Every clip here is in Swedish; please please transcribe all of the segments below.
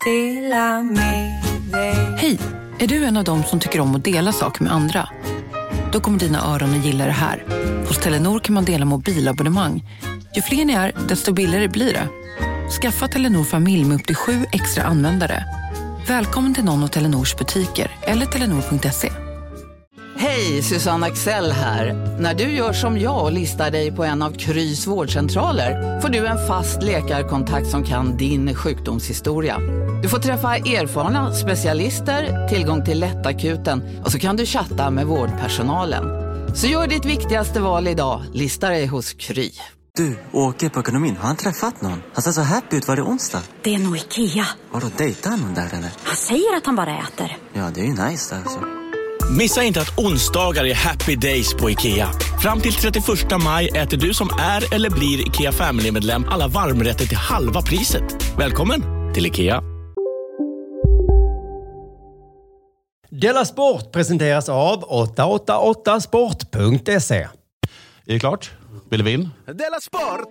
Hej, är du en av dem som tycker om att dela saker med andra? Då kommer dina öron att gilla det här. Hos Telenor kan man dela mobilabonnemang. Ju fler ni är, desto billigare blir det. Skaffa Telenor familj med upp till 7 extra användare. Välkommen till någon av Telenors butiker eller telenor.se. Hej, Susanne Axel här. När du gör som jag och listar dig på en av Krys vårdcentraler får du en fast läkarkontakt som kan din sjukdomshistoria. Du får träffa erfarna specialister, tillgång till lättakuten och så kan du chatta med vårdpersonalen. Så gör ditt viktigaste val idag, listar dig hos Kry. Du, åker på ekonomin. Har han träffat någon? Han ser så happy ut. Var det onsdag? Det är nog Ikea. Har du dejtat någon där eller? Han säger att han bara äter. Ja, det är ju nice där alltså. Missa inte att onsdagar är happy days på Ikea. Fram till 31 maj äter du som är eller blir Ikea Family-medlem alla varmrätter till halva priset. Välkommen till Ikea. Della Sport presenteras av 888sport.se. Är det klart? Vill vi in? Della Sport!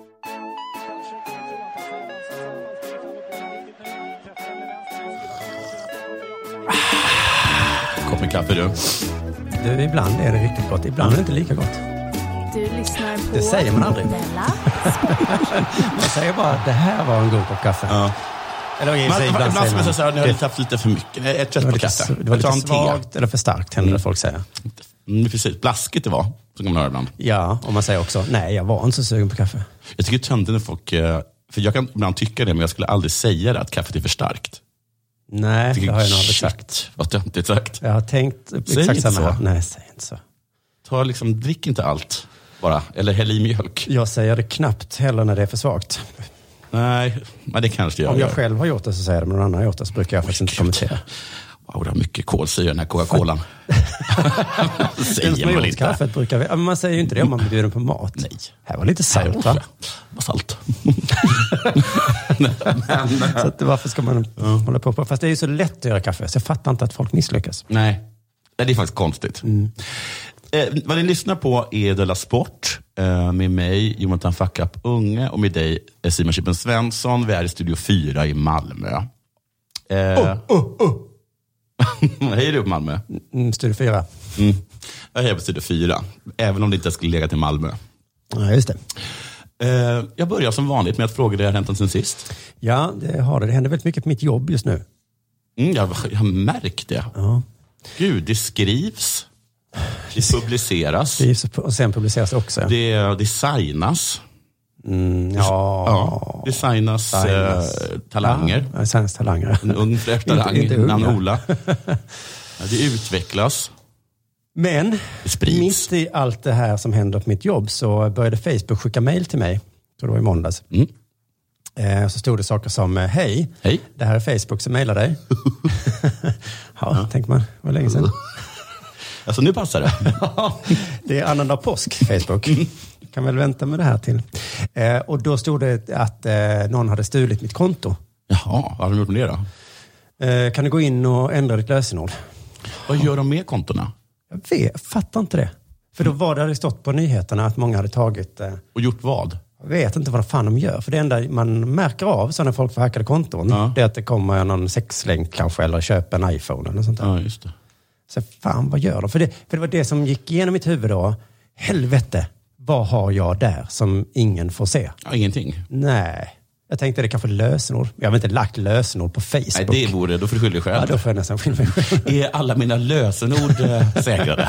Kopp med kaffe du. Du, ibland är det riktigt gott. Ibland är det inte lika gott. Du lyssnar på Det säger man aldrig. Della Man säger bara att det här var en god kopp kaffe. Ja. Eller ibland säger Ibland man så här, ni har lite haft lite för mycket. Ett trött på kaffe. det var lite svagt eller för starkt, händer det folk säger. Precis, blaskigt det var. Så kan man höra ibland. Ja, och man säger också, nej jag var inte så sugen på kaffe. Jag tycker töntigt när folk, för jag kan ibland tycka det, men jag skulle aldrig säga det, att kaffet är för starkt. Nej, det har jag nog aldrig sagt. Vad töntigt sagt. Jag har tänkt Säg exakt inte samma så. här. Nej, säg inte så. Drick inte allt bara, eller häll i mjölk. Jag säger det knappt heller när det är för svagt. Nej, men det kanske jag Om jag gör. själv har gjort det så säger jag det, men någon annan har gjort det så brukar jag faktiskt inte kommentera. Wow, det har mycket kolsyra i den här Coca-Colan. Den som Säger har man gjort inte. kaffet brukar vi... Men man säger ju inte det om man bjuder på mat. Nej. Här var lite salt, va? Vad salt. Så att varför ska man hålla på? Fast det är ju så lätt att göra kaffe, så jag fattar inte att folk misslyckas. Nej, det är faktiskt konstigt. Vad ni lyssnar på är Della Sport med mig, Jonathan Fuck Up Unge, och med dig, Simon Chippen Svensson. Vi är i Studio 4 i Malmö. Hej du på Malmö. Studio 4. Jag är på Studio 4, även om det inte skulle lägga till Malmö. Ja, just det. Jag börjar som vanligt med att fråga dig, har hänt sen sist? Ja, det har det. Det händer väldigt mycket på mitt jobb just nu. Jag har märkt det. Ja. Gud, det skrivs. Det publiceras. Och sen publiceras det också. Det designas. Ja. Designas talanger. Ja, designas talanger. En ung fräsch talang, namn Ola. Det utvecklas. Men det sprids. Mitt i allt det här som händer på mitt jobb så började Facebook skicka mejl till mig. Så det var i måndags. Så stod det saker som hej, det här är Facebook som mejlar dig. Ja, tänker man, vad länge sedan. Alltså nu passar det. Det är annandag påsk, Facebook. Kan väl vänta med det här till. Och då stod det att någon hade stulit mitt konto. Jaha, vad har de gjort med det då? Kan du gå in och ändra ditt lösenord? Vad gör de med kontona? Jag fattar inte det. För då var det stått på nyheterna att många hade tagit... Och gjort vad? Jag vet inte vad fan de gör. För det enda man märker av så när folk får hackade konton, det är att det kommer någon sexlänk kanske eller köper en iPhone eller sånt där. Ja, just det. Så fan, vad gör de? För det var det som gick igenom mitt huvud då. Helvete, vad har jag där som ingen får se? Ja, ingenting. Nej. Jag tänkte det kanske lösenord. Jag har inte lagt lösenord på Facebook. Nej, det vore, då får du skylla dig själv. Ja, då får jag nästan skylla mig själv. Är alla mina lösenord säkrade?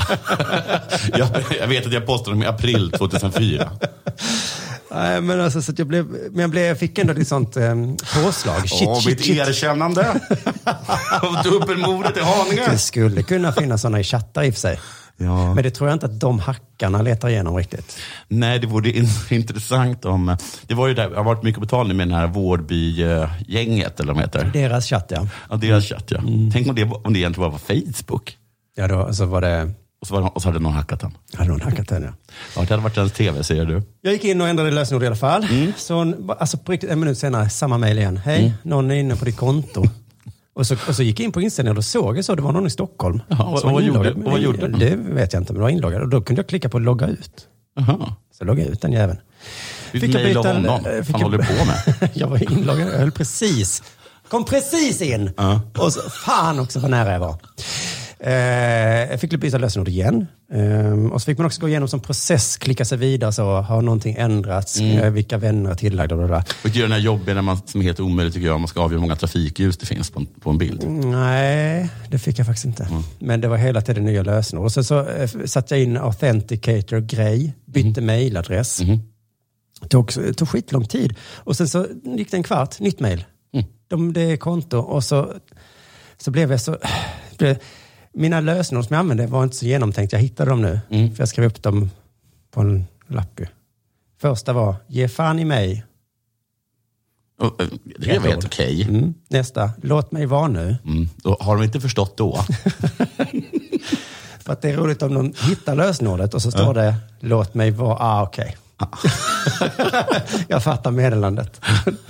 jag vet att jag postade dem i april 2004. Nej, men alltså så att jag fick ändå ett sånt påslag. Mitt erkännande av dubbelmordet i Haninge. Det skulle kunna finnas sådana i chattar i och för sig. Ja. Men det tror jag inte att de hackarna letar igenom riktigt. Nej, det vore intressant om... Det var ju där, jag har varit mycket betalning med den här Vårdby-gänget, eller vad de heter. Deras chatt, ja. Ja, deras chatt, ja. Tänk om det egentligen var på Facebook. Ja, då så var det... Och så hade någon hackat den. Hade någon hackat den, ja. Ja, det hade varit en tv, säger du. Jag gick in och ändrade lösenord i alla fall. Så alltså på riktigt, 1 minut senare, samma mejl igen. Hej, någon är inne på ditt konto. Och så gick jag in på inställningen och då såg jag så. Det var någon i Stockholm. Jaha, vad gjorde den? Det vet jag inte, men det var inloggad. Och då kunde jag klicka på logga ut. Jaha. Så logga ut den jäveln. Fick jag byta honom? Vad håller du på med? Jag var inloggad. Jag höll precis Kom precis in. Och så, fan också vad nära jag var. Jag fick byta lösenord igen. Och så fick man också gå igenom som process, klicka sig vidare, så har någonting ändrats, vilka vänner är tillagda och det där. Och gör den här jobben när man, som är helt omöjligt tycker jag, om man ska avgöra hur många trafikljus det finns på en bild. Nej, det fick jag faktiskt inte. Men det var hela tiden nya lösenord. Och så satte jag in authenticator-grej, bytte mailadress. Tog skitlång tid. Och sen så gick det en kvart, nytt mail. Det är konto. Och så blev jag så... Mina lösenord som jag använde var inte så genomtänkt. Jag hittade dem nu. För jag skrev upp dem på en lapp. Första var, ge fan i mig. Det var helt okej. Nästa, låt mig vara nu. Då har de inte förstått då. För att det är roligt om någon hittar lösenordet och så står det, låt mig vara, okej. Jag fattar meddelandet.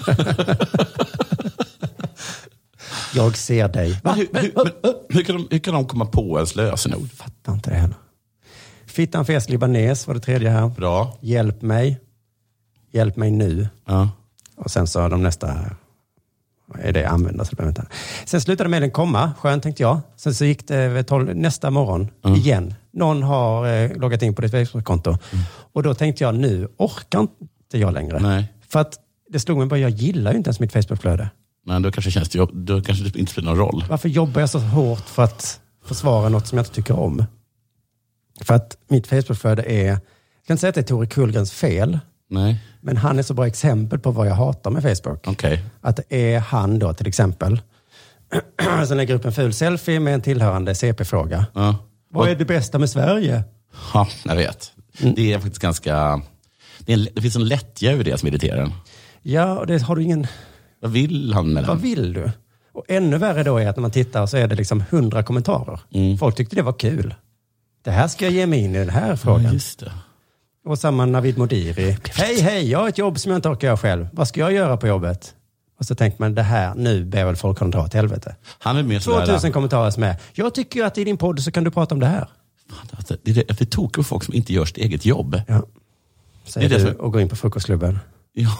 Jag ser dig. Hur kan de komma på ens lösenord? Fattar inte det heller. Fittan fes libanes var det tredje här. Bra. Hjälp mig nu. Ja. Och sen så de nästa är det använda. Sen slutade mejlen komma, skönt tänkte jag. Sen så gick det nästa morgon igen. Någon har loggat in på ditt Facebook-konto. Och då tänkte jag, nu orkar inte jag längre. Nej. För att det slog mig bara, jag gillar ju inte ens mitt Facebook-flöde. Men då kanske då kanske det inte spelar någon roll. Varför jobbar jag så hårt för att försvara något som jag inte tycker om? För att mitt Facebook-flöde är, jag kan inte säga att det är Tore Kullgrens fel. Nej. Men han är så bra exempel på vad jag hatar med Facebook. Okay. Att det är han då till exempel. Sen lägger upp en ful selfie med en tillhörande CP-fråga. Vad är det bästa med Sverige? Ja, jag vet. Det är faktiskt ganska... Det finns en lättja över det som irriterar en. Ja, och det har du ingen... Vad vill han med den? Vad vill du? Och ännu värre då är att när man tittar så är det liksom 100 kommentarer. Folk tyckte det var kul. Det här ska jag ge mig in i den här frågan. Ja, just det. Och samma Navid Modiri. Hej, jag har ett jobb som jag inte orkar göra själv. Vad ska jag göra på jobbet? Och så tänker man, det här, nu ber väl folk kunna dra till helvete. Han är med 2000 kommentarer som är, jag tycker ju att i din podd så kan du prata om det här. Det tog på folk som inte gör sitt eget jobb. Ja. Säger det du och gå in på frukostklubben. Ja,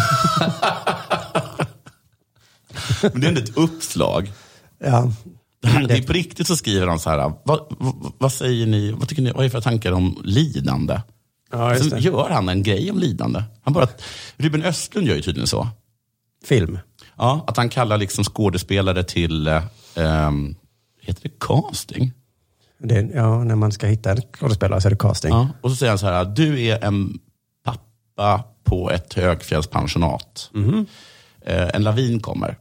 men det är ändå ett uppslag. Ja. Det är på riktigt så skriver han så här, vad säger ni, vad tycker ni, vad är det för tankar om lidande? Ja, så gör han en grej om lidande. Ruben Östlund gör ju tydligen så. Film. Ja, att han kallar liksom skådespelare till, heter det casting? Ja, när man ska hitta en skådespelare så är det casting. Ja, och så säger han så här, du är en pappa på ett högfjällspensionat. En lavin kommer.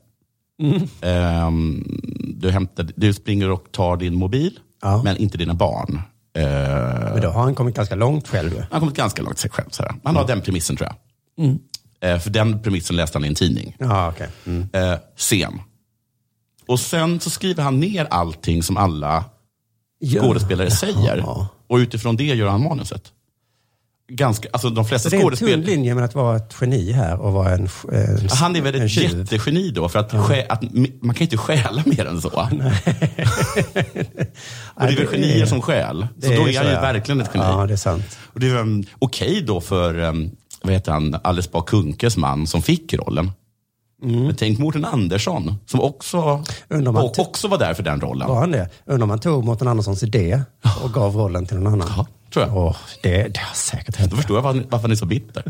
Du springer och tar din mobil, men inte dina barn. Men då har han kommit ganska långt själv. Han har kommit ganska långt själv. Så han har den premissen, tror jag. För den premissen läste han i en tidning. Ja, okay. Sen. Och sen så skriver han ner allting som alla skådespelare säger. Och utifrån det gör han manuset. Alltså de flesta skådespelare... Det är en tunn linje med att vara ett geni här och vara en han är väl ett jättegeni då, för att man kan inte stjäla mer än så. Nej. Och det är väl genier som stjäl. Så då är han ju verkligen ett geni. Ja, det är sant. Och det är okej då för, vad heter han, Alice Bah Kunkes man som fick rollen. Men tänk Mårten Andersson som också var där för den rollen. Var han det? Undrar om man tog Mårten Anderssons idé och gav rollen till någon annan. Ja, tror jag. Det har säkert hänt. Då förstår jag varför han är så bitter.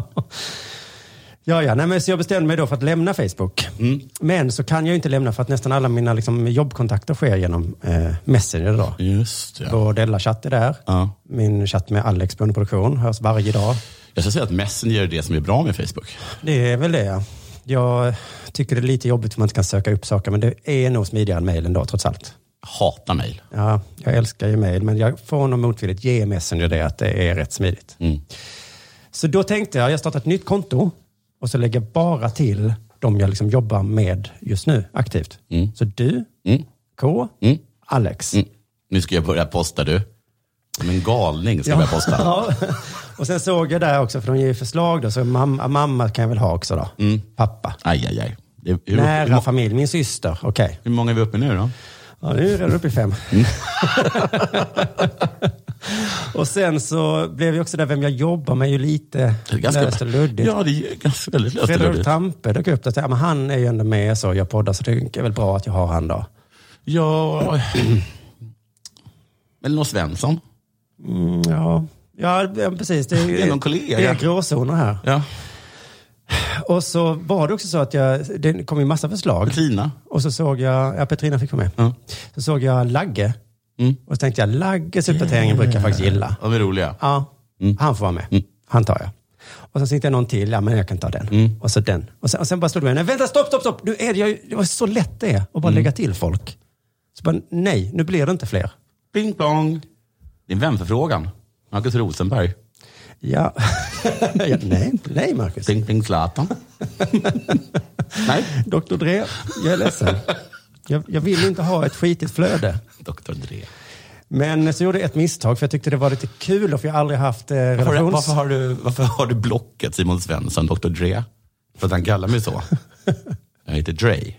Nej, men så jag bestämde mig då för att lämna Facebook. Men så kan jag ju inte lämna för att nästan alla mina liksom, jobbkontakter sker genom Messenger då. Just det. Och Della chatt är där. Ja. Min chatt med Alex på produktion hörs varje dag. Jag ska säga att Messenger är det som är bra med Facebook. Det är väl det, ja. Jag tycker det är lite jobbigt för man inte kan söka upp saker, men det är nog smidigare än mejlen då, trots allt. Hatar mejl. Ja, jag älskar ju mejl, men jag får nog motvilligt ge Messenger det att det är rätt smidigt. Så då tänkte jag startar ett nytt konto och så lägger bara till de jag liksom jobbar med just nu aktivt. Så du, K, Alex. Nu ska jag börja posta, du. Som en galning ska jag börja posta. Ja. Och sen såg jag där också, för de ger förslag då, så mamma kan jag väl ha också då. Pappa. Aj. Nära familj, min syster, okej. Hur många är vi uppe nu då? Ja, nu är det redan uppe i 5. Och sen så blev jag också där vem jag jobbar med ju lite löst och luddigt. Ja, det är ganska väldigt löst och luddigt. Fredrik Tampe dök upp att men han är ju ändå med så jag poddar så det är väl bra att jag har han då. Ja, eller någon Svensson. Ja, precis. Det är någon kollega. Det är gråzoner här. Ja. Och så var det också så att det kom ju massa förslag. Petrina. Och så såg jag, Petrina fick vara med. Så såg jag Lagge. Och så tänkte jag, Lagges uppdateringen brukar jag faktiskt gilla. De är roliga. Ja, han får vara med. Han tar jag. Och så tänkte jag någon till, men jag kan ta den. Och så den. Och sen bara slog det mig, vänta, stopp. Det var så lätt det att bara lägga till folk. Så bara, nej, nu blir det inte fler. Ping plong. Det är en vänförfrågan. Marcus Rosenberg. Ja. nej Marcus. Ping ping Zlatan. Nej. Dr. Dre, jag är ledsen. Jag vill inte ha ett skitigt flöde. Dr. Dre. Men så gjorde jag ett misstag för jag tyckte det var lite kul och för jag har aldrig haft Varför har du blockat Simon Svensson, Dr. Dre? För att han kallar mig så. Jag heter Dre.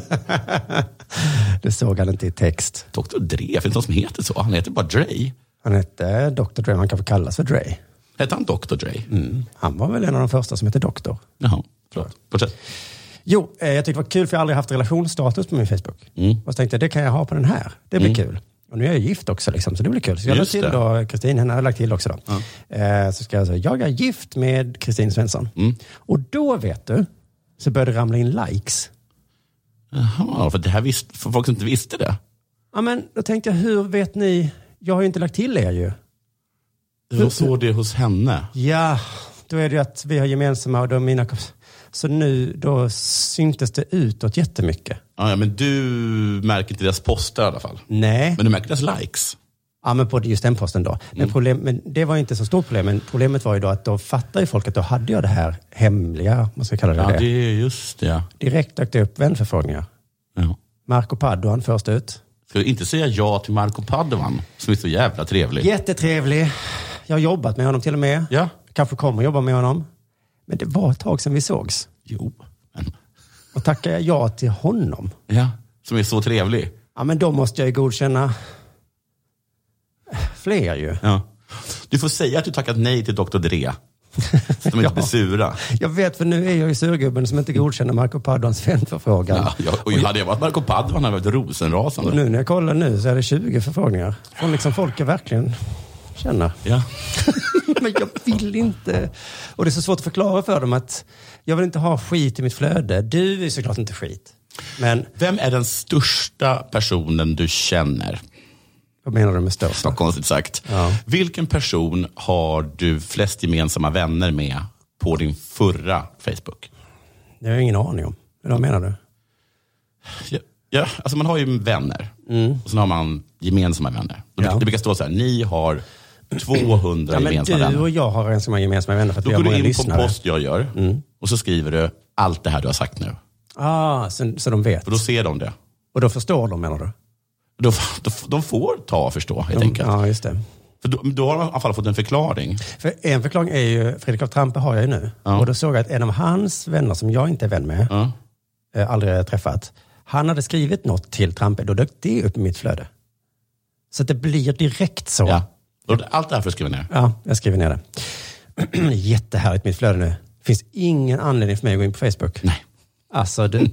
Det såg han inte i text. Dr. Dre, finns det någon som heter så? Han heter bara Dre. Han hette Dr. Dre, han kan få kallas för Dre. Hette han Dr. Dre? Han var väl en av de första som hette Doktor. Jaha, förlåt. Fortsätt. Jo, jag tyckte det var kul för jag har aldrig haft relationsstatus på min Facebook. Och så tänkte jag, det kan jag ha på den här. Det blir kul. Och nu är jag gift också liksom, så det blir kul. Så jag lade till då, Kristin, henne har jag lagt till också då. Så ska jag säga, jag är gift med Kristin Svensson. Och då vet du, så började det ramla in likes. Jaha, för folk som inte visste det. Ja, men då tänkte jag, hur vet ni? Jag har ju inte lagt till er ju. Hur såg det hos henne? Ja, då är det ju att vi har gemensamma och då mina... Så nu, då syntes det utåt jättemycket. Ja, men du märker inte deras poster i alla fall. Nej. Men du märker deras likes. Ja, men på just den posten då. Men det var inte så stort problem. Men problemet var ju då att då fattar ju folk att då hade jag det här hemliga, man ska kalla det det. Ja, det är just det. Direkt dök det upp vänförfrågningar. Ja. Marco Padovan först ut. Ska du inte säga ja till Marco Padovan som är så jävla trevlig? Jättetrevlig. Jag har jobbat med honom till och med. Ja. Kanske kommer jobba med honom. Men det var ett tag sedan vi sågs. Jo, men... Och tackar jag ja till honom. Ja, som är så trevlig. Ja, men då måste jag ju godkänna fler ju. Ja. Du får säga att du tackat nej till Dr. Dre. Så de inte blir sura. Jag vet, för nu är jag ju surgubben som inte godkänner Marco Padovans vänförfrågan. Ja, och hade jag varit Marco Padovan hade jag varit rosenrasande. Och nu när jag kollar nu så är det 20 förfrågningar. Från liksom folk jag verkligen känner. Ja. Men jag vill inte. Och det är så svårt att förklara för dem att jag vill inte ha skit i mitt flöde. Du är såklart inte skit. Men vem är den största personen du känner? vad menar du med största? Så konstigt sagt. Ja. Vilken person har du flest gemensamma vänner med på din förra Facebook? Det har jag ingen aning om. Vad menar du? Ja, alltså man har ju vänner. Och sen har man gemensamma vänner. Det brukar stå så här, ni har 200 gemensamma vänner. Du och jag har ganska många gemensamma vänner för att då vi har går många du in lyssnare. på en post jag gör och så skriver du allt det här du har sagt nu. Så de vet. För då ser de det. Och då förstår de, menar du? De får ta och förstå, helt enkelt. Ja, just det. För då har de i alla fall fått en förklaring. För en förklaring är ju, Fredrik av Trampe har jag ju nu. Och då såg jag att en av hans vänner som jag inte är vän med, aldrig träffat, han hade skrivit något till Trampe, då dök det upp i mitt flöde. Så att det blir direkt så. Ja. Allt det här för att skriva ner. Ja, jag skriver ner det. Jättehärligt mitt flöde nu. Finns ingen anledning för mig att gå in på Facebook. Nej. Alltså du...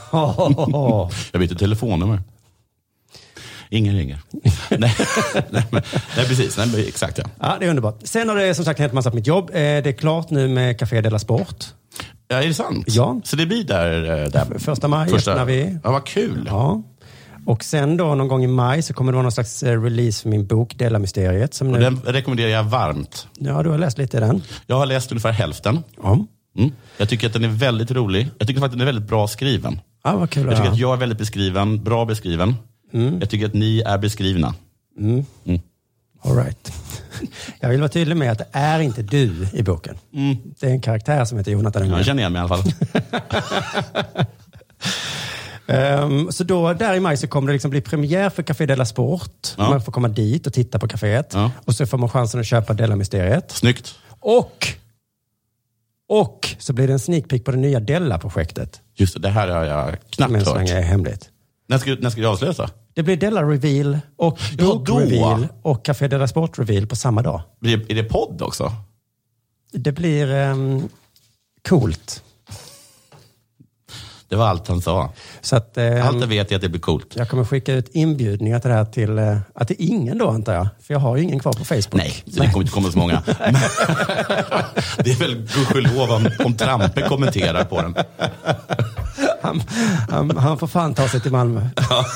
Jag byter telefonnummer. Ingen ringer. nej, precis. Nej, exakt, ja. Ja, det är underbart. Sen har det som sagt hänt massa på mitt jobb. Det är klart nu med Café de la Sport. Ja, är det sant? Ja. Så det blir där 1 maj öppnar vi. Ja, vad kul. Ja. Och sen då någon gång i maj så kommer det vara någon slags release för min bok Dela Mysteriet. Som och nu... den rekommenderar jag varmt. Ja, du har läst lite i den. Jag har läst ungefär hälften. Ja. Jag tycker att den är väldigt rolig. Jag tycker faktiskt att den är väldigt bra skriven. Ja, vad kul. Jag tycker att jag är väldigt beskriven, bra beskriven. Jag tycker att ni är beskrivna. All right. Jag vill vara tydlig med att det är inte du i boken. Det är en karaktär som heter Jonathan Unge. Jag känner igen mig i alla fall. Så då, där i maj så kommer det liksom bli premiär för Café de la Sport. Ja. Man får komma dit och titta på kaféet. Ja. Och så får man chansen att köpa Dela Mysteriet. Snyggt. Och så blir det en sneak peek på det nya Della-projektet. Just det här har jag knappt hört. Men så länge är hemligt. När ska det avslöjas då? Det blir Della Reveal och Bok Reveal och Café Della Sport Reveal på samma dag. Är det podd också? Det blir coolt. Det var allt han sa. Så att, allt jag vet är att det blir coolt. Jag kommer skicka ut inbjudningar till det här till att det är ingen då, antar jag. För jag har ju ingen kvar på Facebook. Nej, så det kommer inte komma så många. Det är väl gudskelov om Trampe kommenterar på den. Han får fan ta sig till Malmö.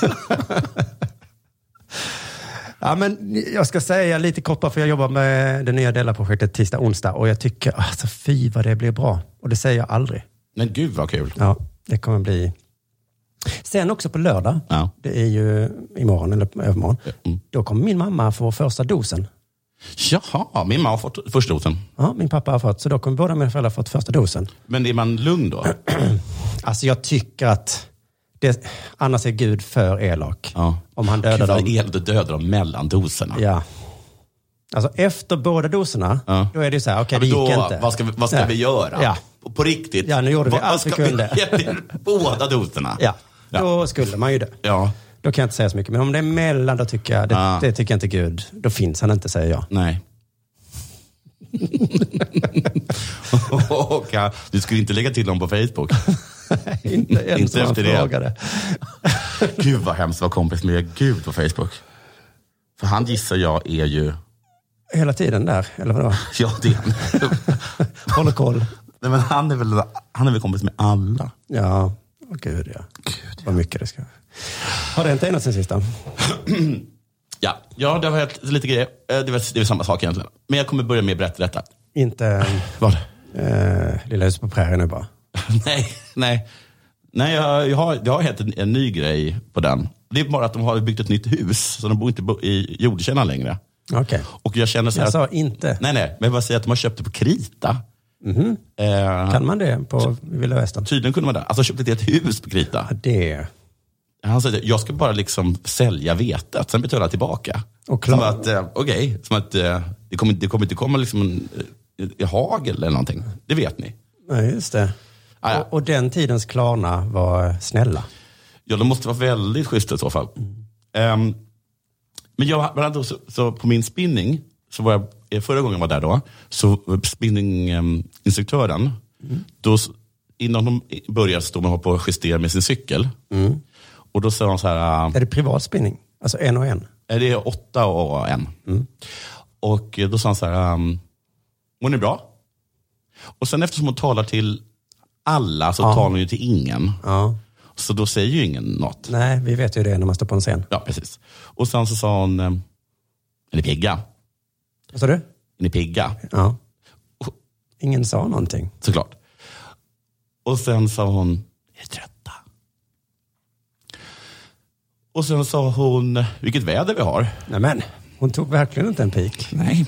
Ja, men jag ska säga lite kort bara, för jag jobbar med det nya Della-projektet tisdag, onsdag. Och jag tycker, alltså fy vad det blir bra. Och det säger jag aldrig. Men gud vad kul. Ja, det kommer bli. Sen också på lördag, det är ju imorgon eller övermorgon. Då kommer min mamma få första dosen. Jaha, min mamma har fått första dosen. Ja, min pappa har fått. Så då kommer båda mina föräldrar fått första dosen. Men är man lugn då? Alltså jag tycker att annars är Gud för elak. Ja. Om han dödar dem. Gud, dödar dem mellan doserna. Ja. Alltså efter båda doserna, då är det så här, okej, det gick inte. Vad ska vi göra? Ja. På riktigt? Ja, nu gjorde vi allt vi kunde. Båda doserna? Ja, då skulle man ju det. Ja. Då kan jag inte säga så mycket. Men om det är mellan, då tycker jag, det tycker jag inte Gud. Då finns han inte, säger jag. Nej. Du skulle inte lägga till dem på Facebook? inte efter det. Gud vad hemskt var kompis med Gud på Facebook. För han gissar jag är ju... Hela tiden där, eller vadå? Ja, det är han. Håller koll. Nej, men han är väl kompis med alla. Ja, gud ja. Vad mycket det ska. Har det inte ägnat sen sista? Ja, det har varit lite grejer. Det var samma sak egentligen. Men jag kommer börja med att berätta detta. Inte... Vad? Lilla hus på prärien nu bara. Nej, jag har helt en ny grej på den. Det är bara att de har byggt ett nytt hus. Så de bor inte i jordkällan längre. Okej. Och jag känner så här... Jag sa inte. Nej, men jag bara säger att de har köpt det på krita. Mm-hmm. Kan man det på Vilda Västern? Tydligen kunde man det. Alltså köpt ett hus på krita. Ja, det... Han säger, jag ska bara liksom sälja vetet, sen betala tillbaka. Och klart. Som att det kommer inte komma liksom en hagel eller någonting. Det vet ni. Ja, just det. Och den tidens Klarna var snälla. Ja, de måste vara väldigt schyssta i så fall. Men jag så på min spinning, så var jag förra gången jag var där då, så spinninginstruktören, då innan de började stå med på att justera med sin cykel. Och då sa de så här... Är det privat spinning? Alltså 1 och 1? Det är 8 och 1. Och då sa han så här... Mår ni bra? Och sen eftersom hon talar till alla så talar hon ju till ingen. Ja. Så då säger ju ingen något. Nej, vi vet ju det när man står på en scen. Ja, precis. Och sen så sa hon... Är ni pigga? Vad sa du? Är ni pigga? Ja. Ingen sa någonting. Såklart. Och sen sa hon... Är ni trötta? Och sen sa hon, vilket väder vi har. Nämen, hon tog verkligen inte en pik. Nej.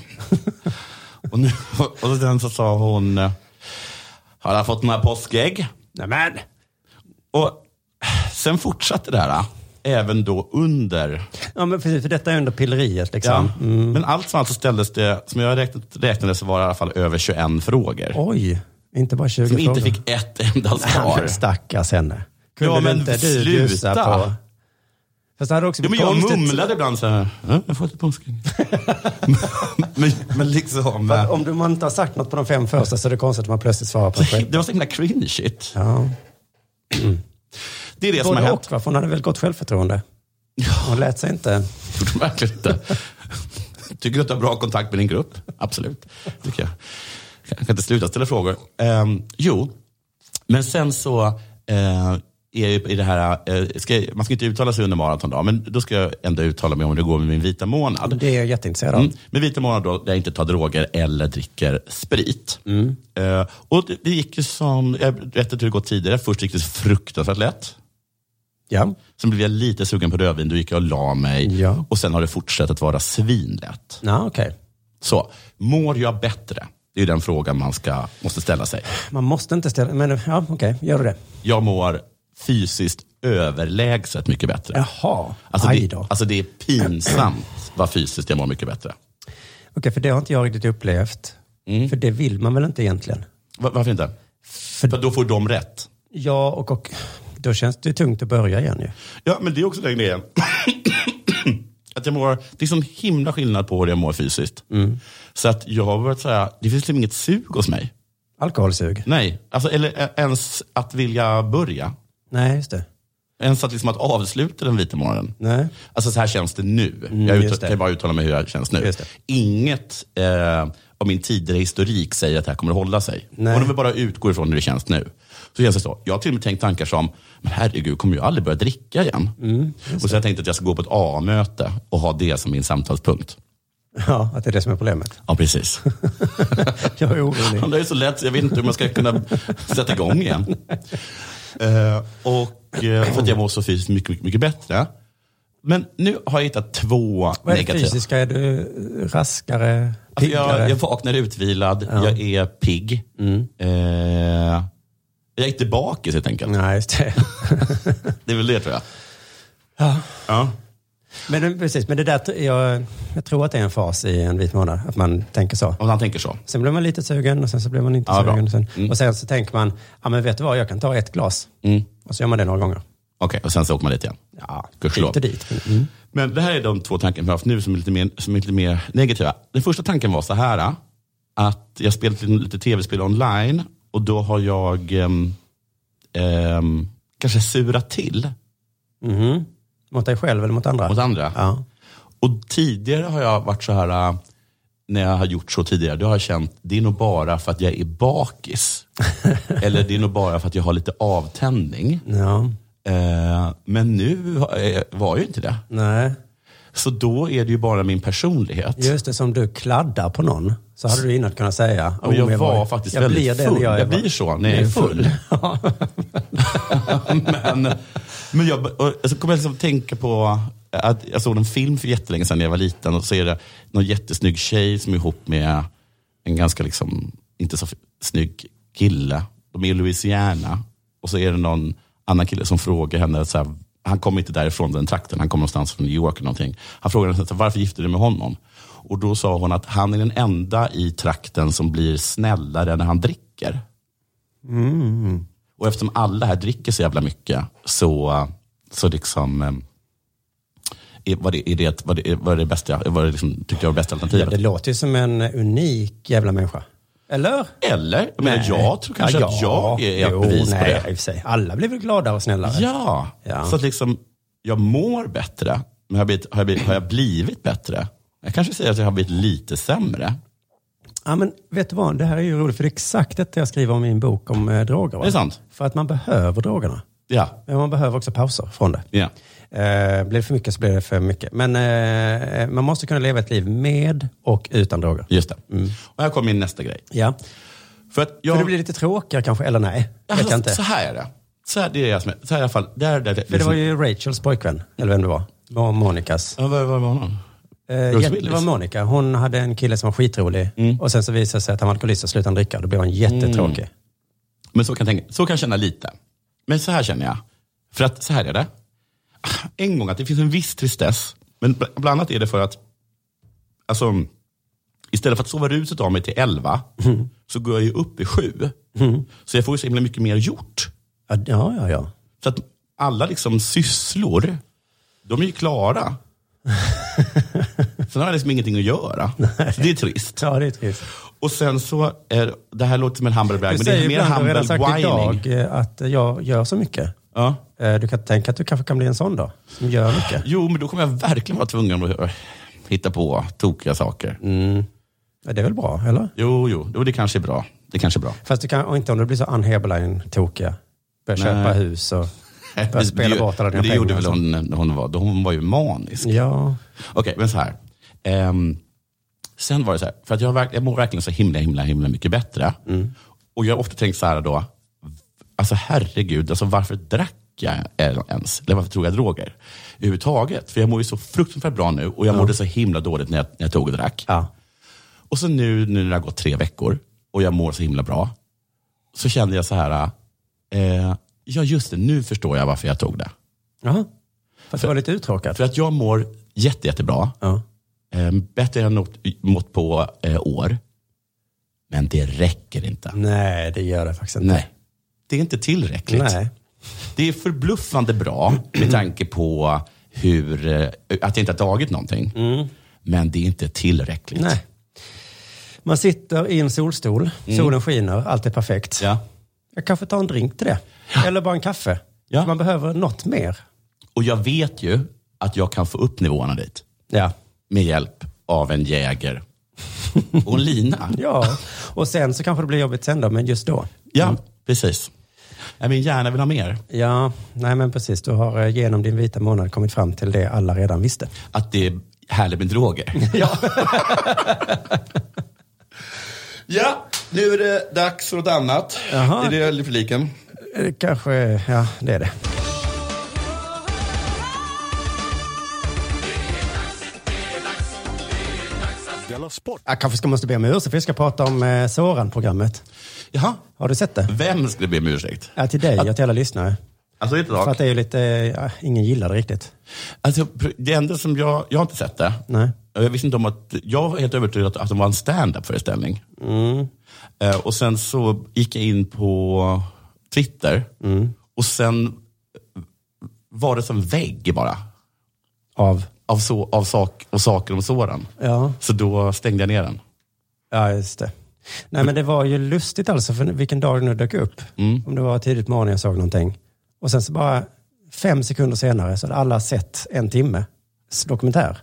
och sen så sa hon, har jag fått några påskägg? Nämen. Och sen fortsatte det här, även då under... Ja, men precis, för detta är under pilleriet liksom. Ja, men allt som alltså ställdes det, som jag räknade så var det i alla fall över 21 frågor. Oj, inte bara 20 som frågor. Som inte fick ett enda svar. Stackars henne. Kunde men inte du bjussa på... Fast det hade också men jag mumlade ibland så här, jag får lite påskägg. men liksom... Om man inte har sagt något på de 5 första så är det konstigt att man plötsligt svarar på det. Det var så himla cringe shit. Ja. Det är det som har hänt. Och hon hade väl gott självförtroende. Hon lät sig inte. Gjorde hon verkligen inte. Tycker du att du har bra kontakt med din grupp? Absolut. Tycker jag kan inte sluta ställa frågor. Jo, men sen så... är i det här, man ska inte uttala sig under maraton då, men då ska jag ändå uttala mig om det går med min vita månad. Det är jag jätteintresserad av. Med vita månad då, där jag inte tar droger eller dricker sprit. Och det gick ju som, jag vet inte hur det gått tidigare, först gick det fruktansvärt lätt. Ja. Sen blev jag lite sugen på rödvin, då gick jag och la mig. Ja. Och sen har det fortsatt att vara svinlätt. Ja, okej. Så, mår jag bättre? Det är ju den frågan man måste ställa sig. Man måste inte ställa, men ja, okej, gör du det? Jag mår fysiskt överlägset mycket bättre. Jaha, alltså det är pinsamt vad fysiskt jag mår mycket bättre. Okej, för det har inte jag riktigt upplevt. För det vill man väl inte egentligen? Varför inte? För då får de rätt. Ja, och då känns det tungt att börja igen ju. Ja, men det är också den grejen. Att jag mår, det är sån himla skillnad på hur jag mår fysiskt. Så att jag har varit säga, det finns liksom inget sug hos mig. Alkoholsug? Nej, alltså, eller ens att vilja börja. Nej, just det. Ens att, liksom att avsluta den vita morgonen. Nej. Alltså så här känns det nu. Kan jag bara uttala mig hur jag känns nu. Inget av min tidigare historik säger att det här kommer att hålla sig. Nej. Och de vill bara utgå ifrån hur det känns nu. Så känns det så. Jag har till och med tänkt tankar som, men herregud, kommer jag aldrig börja dricka igen? Och så har jag tänkt att jag ska gå på ett A-möte och ha det som min samtalspunkt. Ja, att det är det som är problemet. Ja, precis. Jag är orolig. Det är så lätt, jag vet inte hur man ska kunna sätta igång igen. Och för att jag mår så fysiskt mycket, mycket bättre. Men nu har jag hittat 2 vad är negativa. Fysiska? Är du raskare, piggare? Alltså jag vaknar utvilad, jag är pigg. Jag är inte bakis helt enkelt. Nej, just det. Det är väl det, tror jag. Ja. Men precis, men det där, jag tror att det är en fas i en vit månad, att man tänker så. Om man tänker så. Sen blir man lite sugen och sen så blir man inte sugen. Och sen så tänker man, ja men vet du vad, jag kan ta 1 glas. Och så gör man det några gånger. Okej, och sen så åker man dit igen. Ja, inte dit. Men det här är de 2 tankarna jag har haft nu som är lite mer negativa. Den första tanken var så här, att jag spelat lite tv-spel online och då har jag kanske surat till. Mot dig själv eller mot andra? Mot andra. Ja. Och tidigare har jag varit så här, när jag har gjort så tidigare, då har jag känt, det är nog bara för att jag är bakis. Eller det är nog bara för att jag har lite avtändning. Ja. Men nu var ju inte det. Nej. Så då är det ju bara min personlighet. Just det, som du kladdar på någon. Så hade du innan kunnat säga. Ja, jag var faktiskt väldigt full. Jag blir så när jag är full. men så kommer jag liksom tänka på att jag såg en film för jättelänge sedan när jag var liten. Och så är det någon jättesnygg tjej som är ihop med en ganska liksom inte så snygg kille. De är i Louisiana. Och så är det någon annan kille som frågar henne så här, han kommer inte därifrån den trakten, han kommer någonstans från New York eller någonting. Han frågade henne, varför gifte du med honom? Och då sa hon att han är den enda i trakten som blir snällare när han dricker. Och eftersom alla här dricker så jävla mycket så liksom var det bästa, var det liksom, tyckte jag var det bästa alternativet. Ja, det låter ju som en unik jävla människa. Eller? Men jag tror kanske att jag är ett bevis på det. I och för sig. Alla blir väl gladare och snällare. Ja. Så att liksom, jag mår bättre. Men har jag blivit bättre? Jag kanske säger att jag har blivit lite sämre. Ja, men vet du vad? Det här är ju roligt, för det är exakt det jag skriver om i min bok om droger. Va? Det är sant. För att man behöver drogerna. Ja. Men man behöver också pauser från det. Ja. Blir det för mycket så blir det för mycket. Men man måste kunna leva ett liv med och utan droger. Just det. Och här kommer min nästa grej. Ja. För det blir lite tråkigare kanske, eller nej? Alltså, jag inte. Så här är det. Så här är i alla fall. Det var ju Rachels pojkvän, eller vem det var. Det var Monikas. Ja, vad var honom? Det var Monica. Hon hade en kille som var skitrolig. Och sen så visade det sig att han var alkoholist och slutade han dricka. Då blev han jättetråkig. Men så kan jag känna lite. Men så här känner jag. För att så här är det. En gång att det finns en viss tristess. Men bland annat är det för att alltså, istället för att sova ruset av mig till 11 så går jag ju upp i 7. Så jag får ju så himla mycket mer gjort. Ja. Så att alla liksom sysslor, de är ju klara. Sen har jag liksom ingenting att göra. Så det är trist. Ja, det är trist. Och sen så är det här låter som en humble brag, men det är mer humble whining. Idag att jag gör så mycket. Ja. Du kan tänka att du kanske kan bli en sån då, som gör mycket. Jo, men då kommer jag verkligen vara tvungen att hitta på tokiga saker. Ja, det är väl bra, eller? Jo, det kanske är bra. Det kanske är bra. Fast du kan, och inte om du blir så Ann Heberlein-tokiga. Börja köpa hus och börja spela bort alla dina pengar. Det gjorde väl hon var ju manisk. Ja. Okej, men så här. Sen var det så här, för att jag mår verkligen så himla mycket bättre. Och jag har ofta tänkt så här då, alltså herregud, alltså varför drack jag ens? Eller varför tog jag droger? Överhuvudtaget, för jag mår ju så fruktansvärt bra nu och jag mådde så himla dåligt när jag tog och drack. Ja. Och så nu när det har gått 3 veckor och jag mår så himla bra, så kände jag så här, ja just det, nu förstår jag varför jag tog det. Jaha, för att det var lite uttråkat. För att jag mår jättebra. Ja. Bättre än något mått på år. Men det räcker inte. Nej, det gör det faktiskt inte. Nej, det är inte tillräckligt. Nej. Det är förbluffande bra med tanke på att jag inte har tagit någonting. Men det är inte tillräckligt. Nej. Man sitter i en solstol, solen skiner, allt är perfekt. Ja. Jag kanske tar en drink till det. Ja. Eller bara en kaffe. Ja. För man behöver något mer. Och jag vet ju att jag kan få upp nivåerna dit. Ja. Med hjälp av en Jäger och en lina. Ja, och sen så kanske det blir jobbigt sen då, men just då. Ja, precis. Min hjärna vill ha mer. Ja, nej men precis. Du har genom din vita månad kommit fram till det alla redan visste. Att det är härligt med droger. Ja. Ja, nu är det dags för något annat. Jaha. Är det repliken? Kanske, ja, det är det. Jag kanske måste be om ursäkt för jag ska prata om Soran-programmet. Jaha. Har du sett det? Vem skulle be om ursäkt? Ja, till dig och till alla lyssnare. Alltså inte för att det är ju lite, ingen gillar det riktigt. Alltså det enda som jag har inte sett det. Nej. Jag visste inte om att, jag var helt övertygad att de var en stand-up-föreställning. Och sen så gick jag in på Twitter. Och sen var det som vägg bara. Av saker om Soran. Ja. Så då stängde jag ner den. Ja, just det. Nej, men det var ju lustigt alltså för vilken dag det nu dök upp. Om det var tidigt morgon jag såg någonting. Och sen så bara 5 sekunder senare så hade alla sett en timme dokumentär.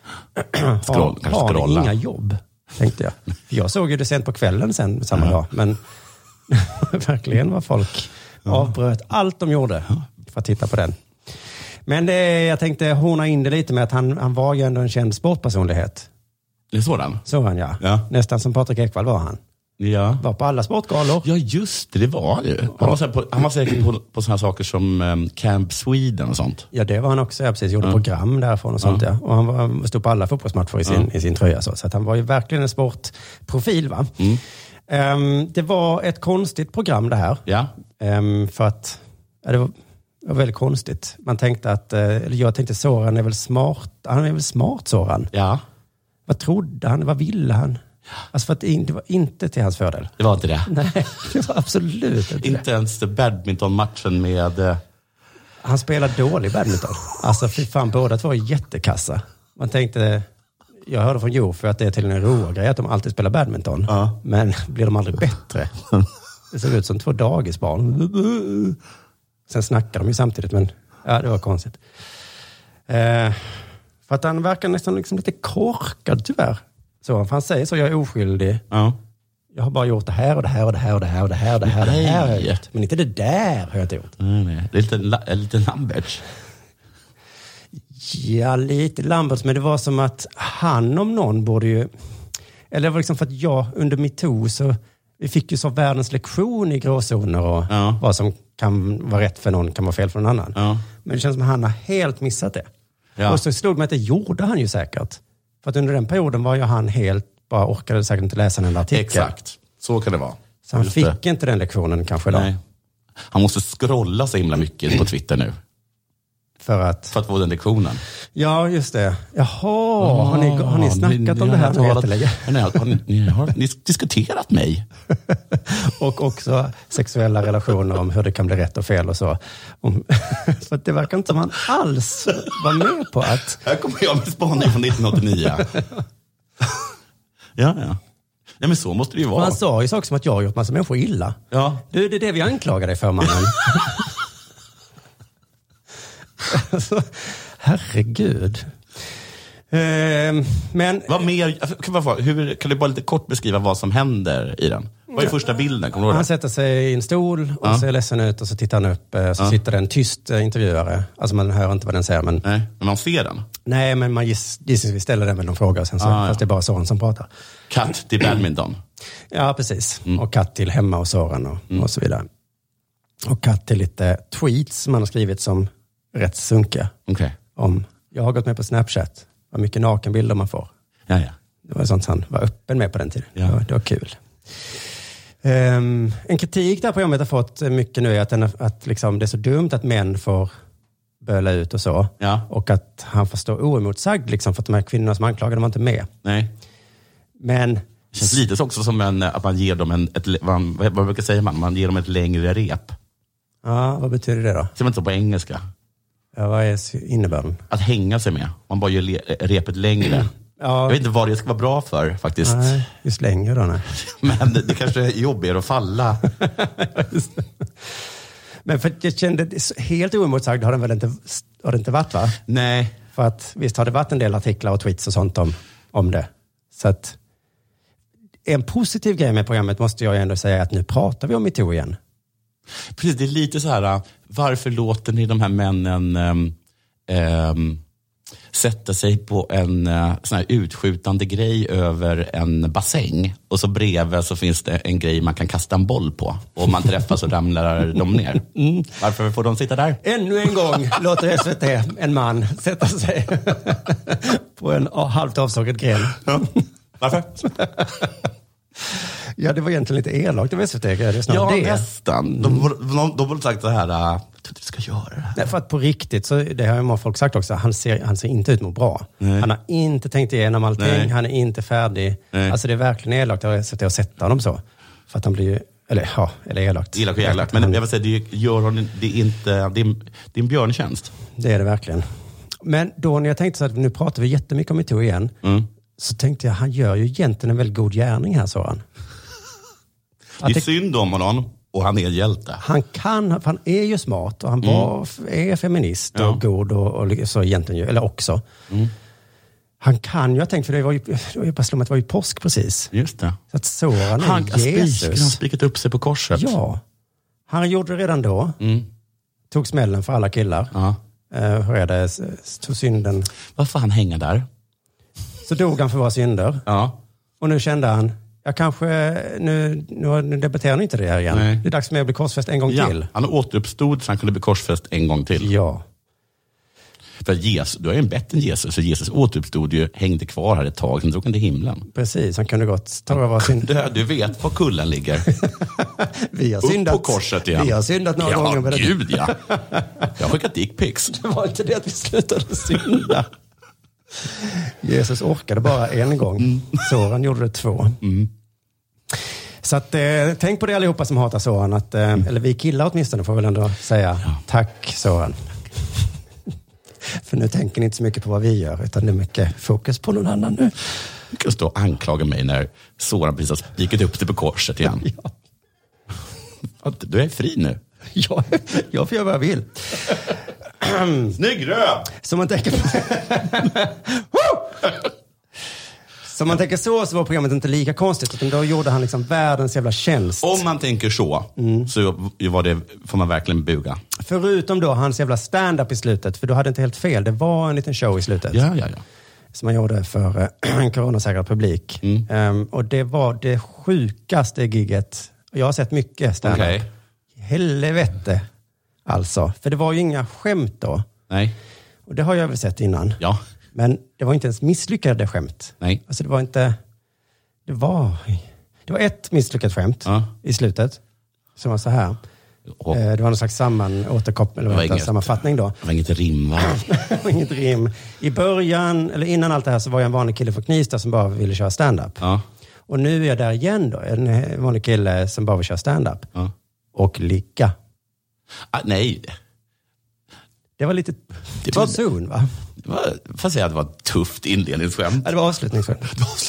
Har inga jobb, tänkte jag. Jag såg ju det sent på kvällen sen samma dag. Men verkligen var folk avbröt allt de gjorde för att titta på den. Men jag tänkte hona in det lite med att han var ju ändå en känd sportpersonlighet. Det är sådan? Så ja. Nästan som Patrik Ekwall var han. Ja. Var på alla sportgalor. Ja, just det var han ju. Han var säkert på sådana saker som Camp Sweden och sånt. Ja, det var han också. Jag precis gjorde program därifrån och sånt, ja. Och han stod på alla fotbollsmatcher i sin tröja. Så att han var ju verkligen en sportprofil, va? Det var ett konstigt program det här. Ja. För att det var väldigt konstigt. Man tänkte att, jag tänkte Soran är väl smart. Han är väl smart, Soran. Ja. Vad trodde han? Vad ville han? Alltså för att det var inte till hans fördel. Det var inte det? Nej, det var absolut inte ens badmintonmatchen med... Han spelade dålig badminton. Alltså för fan, båda två var jättekassa. Man tänkte... Jag hörde från Jo för att det är till en rolig grej att de alltid spelar badminton. Ja. Men blir de aldrig bättre? Det ser ut som 2 dagisbarn. Sen snackar de ju samtidigt, men ja, det var konstigt. För att han verkar nästan liksom lite korkad tyvärr. Så han säger så, jag är oskyldig. Ja. Jag har bara gjort det här och det här och det här och det här och det här och det här, och det här har jag gjort. Men inte det där har jag inte gjort. Nej. Det är lite Lamberts. Ja, lite Lamberts, men det var som att han om någon borde ju... Eller det var liksom för att jag under MeToo så... Vi fick ju så världens lektion i gråzoner och vad som kan vara rätt för någon kan vara fel för någon annan. Ja. Men det känns som att han har helt missat det. Ja. Och så slog mig att det gjorde han ju säkert. För att under den perioden var ju han helt, bara orkade säkert inte läsa en artikel. Exakt, så kan det vara. Så han fick inte den lektionen kanske då. Nej. Han måste scrolla så himla mycket på Twitter nu. För att få den lektionen. Ja, just det. Jaha, har ni snackat om det här jättelänge? Har ni diskuterat mig? Och också sexuella relationer om hur det kan bli rätt och fel och så. För att det verkar inte som han alls var med på att... Här kommer jag med spaning från 1989. Ja. Ja, men så måste det ju vara. Och han sa ju saker som att jag har gjort massa människor illa. Ja. Det är det vi anklagar dig för, mannen. Alltså, herregud. Men vad mer, kan du bara lite kort beskriva vad som händer i den? Vad är första bilden? Kommer du ihåg det? Han sätter sig i en stol och ser ledsen ut och så tittar han upp. Så sitter det en tyst intervjuare. Alltså man hör inte vad den säger. Men man ser den? Nej, men man gissningsvis ställer den med någon fråga. Sen så, fast det är bara Soran som pratar. Katt till badminton? Ja, precis. Och katt till hemma och Soran och så vidare. Och katt till lite tweets som man har skrivit som rätt sunkiga. Okay. Om, jag har gått med på Snapchat. Vad mycket nakenbilder man får. Ja. Det var sånt han var öppen med på den tiden. Ja. Det var kul. En kritik där programmet har fått mycket nu är att liksom det är så dumt att män får böla ut och så. Ja. Och att han får stå oemotsagd liksom, för att de här kvinnorna som anklagade var inte med. Nej. Men... Det känns lite också som att man ger dem vad brukar säga man ger dem ett längre rep. Ja, vad betyder det då? Ser man inte så på engelska? Ja, vad är innebörden? Att hänga sig med. Man bara gör repet längre. Ja. Jag vet inte vad det ska vara bra för faktiskt. Nej, just längre då. Nej. Men det kanske är jobbigare att falla. Men för jag kände, helt oemotsagd har det inte varit, va? Nej. För att visst har det varit en del artiklar och tweets och sånt om det. Så att en positiv grej med programmet måste jag ändå säga att nu pratar vi om MeToo igen. Precis, det är lite så här, varför låter ni de här männen sätta sig på en sån här utskjutande grej över en bassäng och så bredvid så finns det en grej man kan kasta en boll på och om man träffas så ramlar de ner. Varför får de sitta där? Ännu en gång låter SVT en man sätta sig på en halvt avsågad gren. Ja. Varför? Ja, det var egentligen lite elakt av SVT. Det är snarare det. Nästan. De borde sagt så här, jag tror inte vi ska göra det här. Nej, för att på riktigt, så det har ju många folk sagt också, han ser inte ut att må bra. Nej. Han har inte tänkt igenom allting, nej. Han är inte färdig. Nej. Alltså det är verkligen elakt av SVT att sätta honom så. För att han blir ju, eller elakt. Elakt och elakt, men jag vill säga, det är en björntjänst. Det är det verkligen. Men då när jag tänkte så att nu pratar vi jättemycket om MeToo igen, så tänkte jag, han gör ju egentligen en väldigt god gärning här, så han. Det är synd om honom och han är en hjälte. Han är ju smart och han är feminist och god och så egentligen, eller också. Han kan ju ha tänkt, för det var ju påsk precis. Just det. Så att Soran är Jesus. Han har spikat upp sig på korset. Ja. Han gjorde det redan då. Tog smällen för alla killar. Hur är det? Tog synden. Varför får han hänga där? Så dog han för våra synder. Ja. Och nu kände han, jag kanske, nu debatterar ni inte det här igen. Nej. Det är dags för mig att bli korsfäst en gång till. Han återuppstod så han kunde bli korsfäst en gång till. Ja. För Jesus, du är ju en bättre än Jesus. Så Jesus återuppstod ju, hängde kvar här ett tag, sen drog han till himlen. Precis, han kunde gott ta över sin... Du vet var kullen ligger. Vi har syndat. Upp på korset igen. Vi har syndat några gånger. Ja, gud ja. Jag har skickat dickpics. Det var inte det att vi slutade synda. Jesus orkade bara en gång. Soran gjorde det 2. Så att, tänk på det allihopa som hatar Soran. Att, eller vi killar åtminstone får väl ändå säga tack Soran. För nu tänker ni inte så mycket på vad vi gör, utan det är mycket fokus på någon annan nu. Du kan stå och anklaga mig när Soran precis har spikat upp det på korset igen. Ja. Du är fri nu. Ja, jag får göra vad jag vill. Snygg röv! Så man tänker... Så man tänker så var programmet inte lika konstigt, utan då gjorde han liksom världens jävla tjänst. Om man tänker så får man verkligen buga. Förutom då hans jävla stand-up i slutet, för du hade inte helt fel. Det var en liten show i slutet. Ja. Som man gjorde för en coronasäkrad publik. Och det var det sjukaste gigget. Jag har sett mycket stand-up. Okay. Helvete. Alltså. För det var ju inga skämt då. Nej. Och det har jag väl sett innan. Ja. Men det var inte ens misslyckade skämt. Nej. Alltså det var inte... Det var ett misslyckat skämt i slutet. Som var så här. Det var någon slags sammanfattning då. Det var inget rim, va? Det var inget rim. I början, eller innan allt det här, så var jag en vanlig kille från Knivsta som bara ville köra stand-up. Ja. Och nu är jag där igen då. En vanlig kille som bara vill köra stand-up. Ja. Och ligga. Nej. Det var lite too soon, va? Får säga att det var ett tufft inledningsskämt. Ja, det var avslutningsskämt.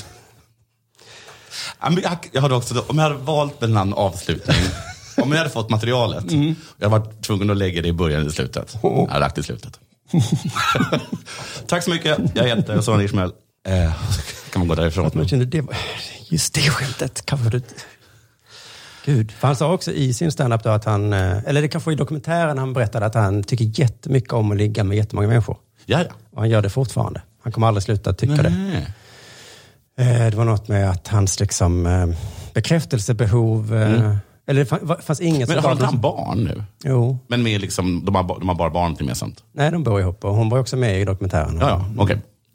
Jag hade också, om jag hade valt en annan avslutning, om jag hade fått materialet, jag hade varit tvungen att lägga det i början eller slutet. Jag hade lagt det i slutet. Tack så mycket. Jag heter Soran Ismail. Kan man gå därifrån? Just det skämtet. Gud. För han sa också i sin stand-up då att han, eller det kanske i dokumentären han berättade att han tycker jättemycket om att ligga med jättemånga människor. Ja. Och han gör det fortfarande. Han kommer aldrig sluta tycka det. Det var något med att hans liksom bekräftelsebehov eller det fanns inget. Men har inte han barn nu? Jo. Men med liksom, de har bara barn gemensamt? Nej, de bor ihop och hon var också med i dokumentären. Ja, okej.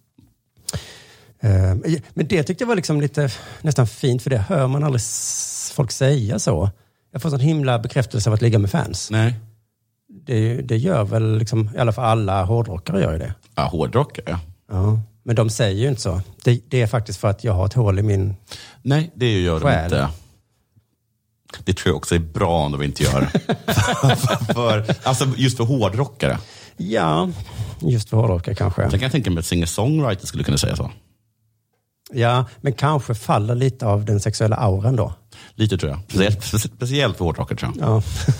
Men det tyckte jag var liksom lite nästan fint, för det hör man aldrig folk säga så. Jag får sån himla bekräftelse av att ligga med fans. Nej. Det gör väl liksom, i alla fall alla hårdrockare gör ju det. Ja, hårdrockare. Ja, men de säger ju inte så. Det är faktiskt för att jag har ett hål i min... Nej, det gör de inte. Det tror jag också är bra om de inte gör. Alltså just för hårdrockare. Ja, just för hårdrockare kanske. Sen kan jag tänka mig att singer-songwriter skulle kunna säga så. Ja, men kanske faller lite av den sexuella auran då. Lite tror jag. Speciellt för hårdrockare tror jag. Ja.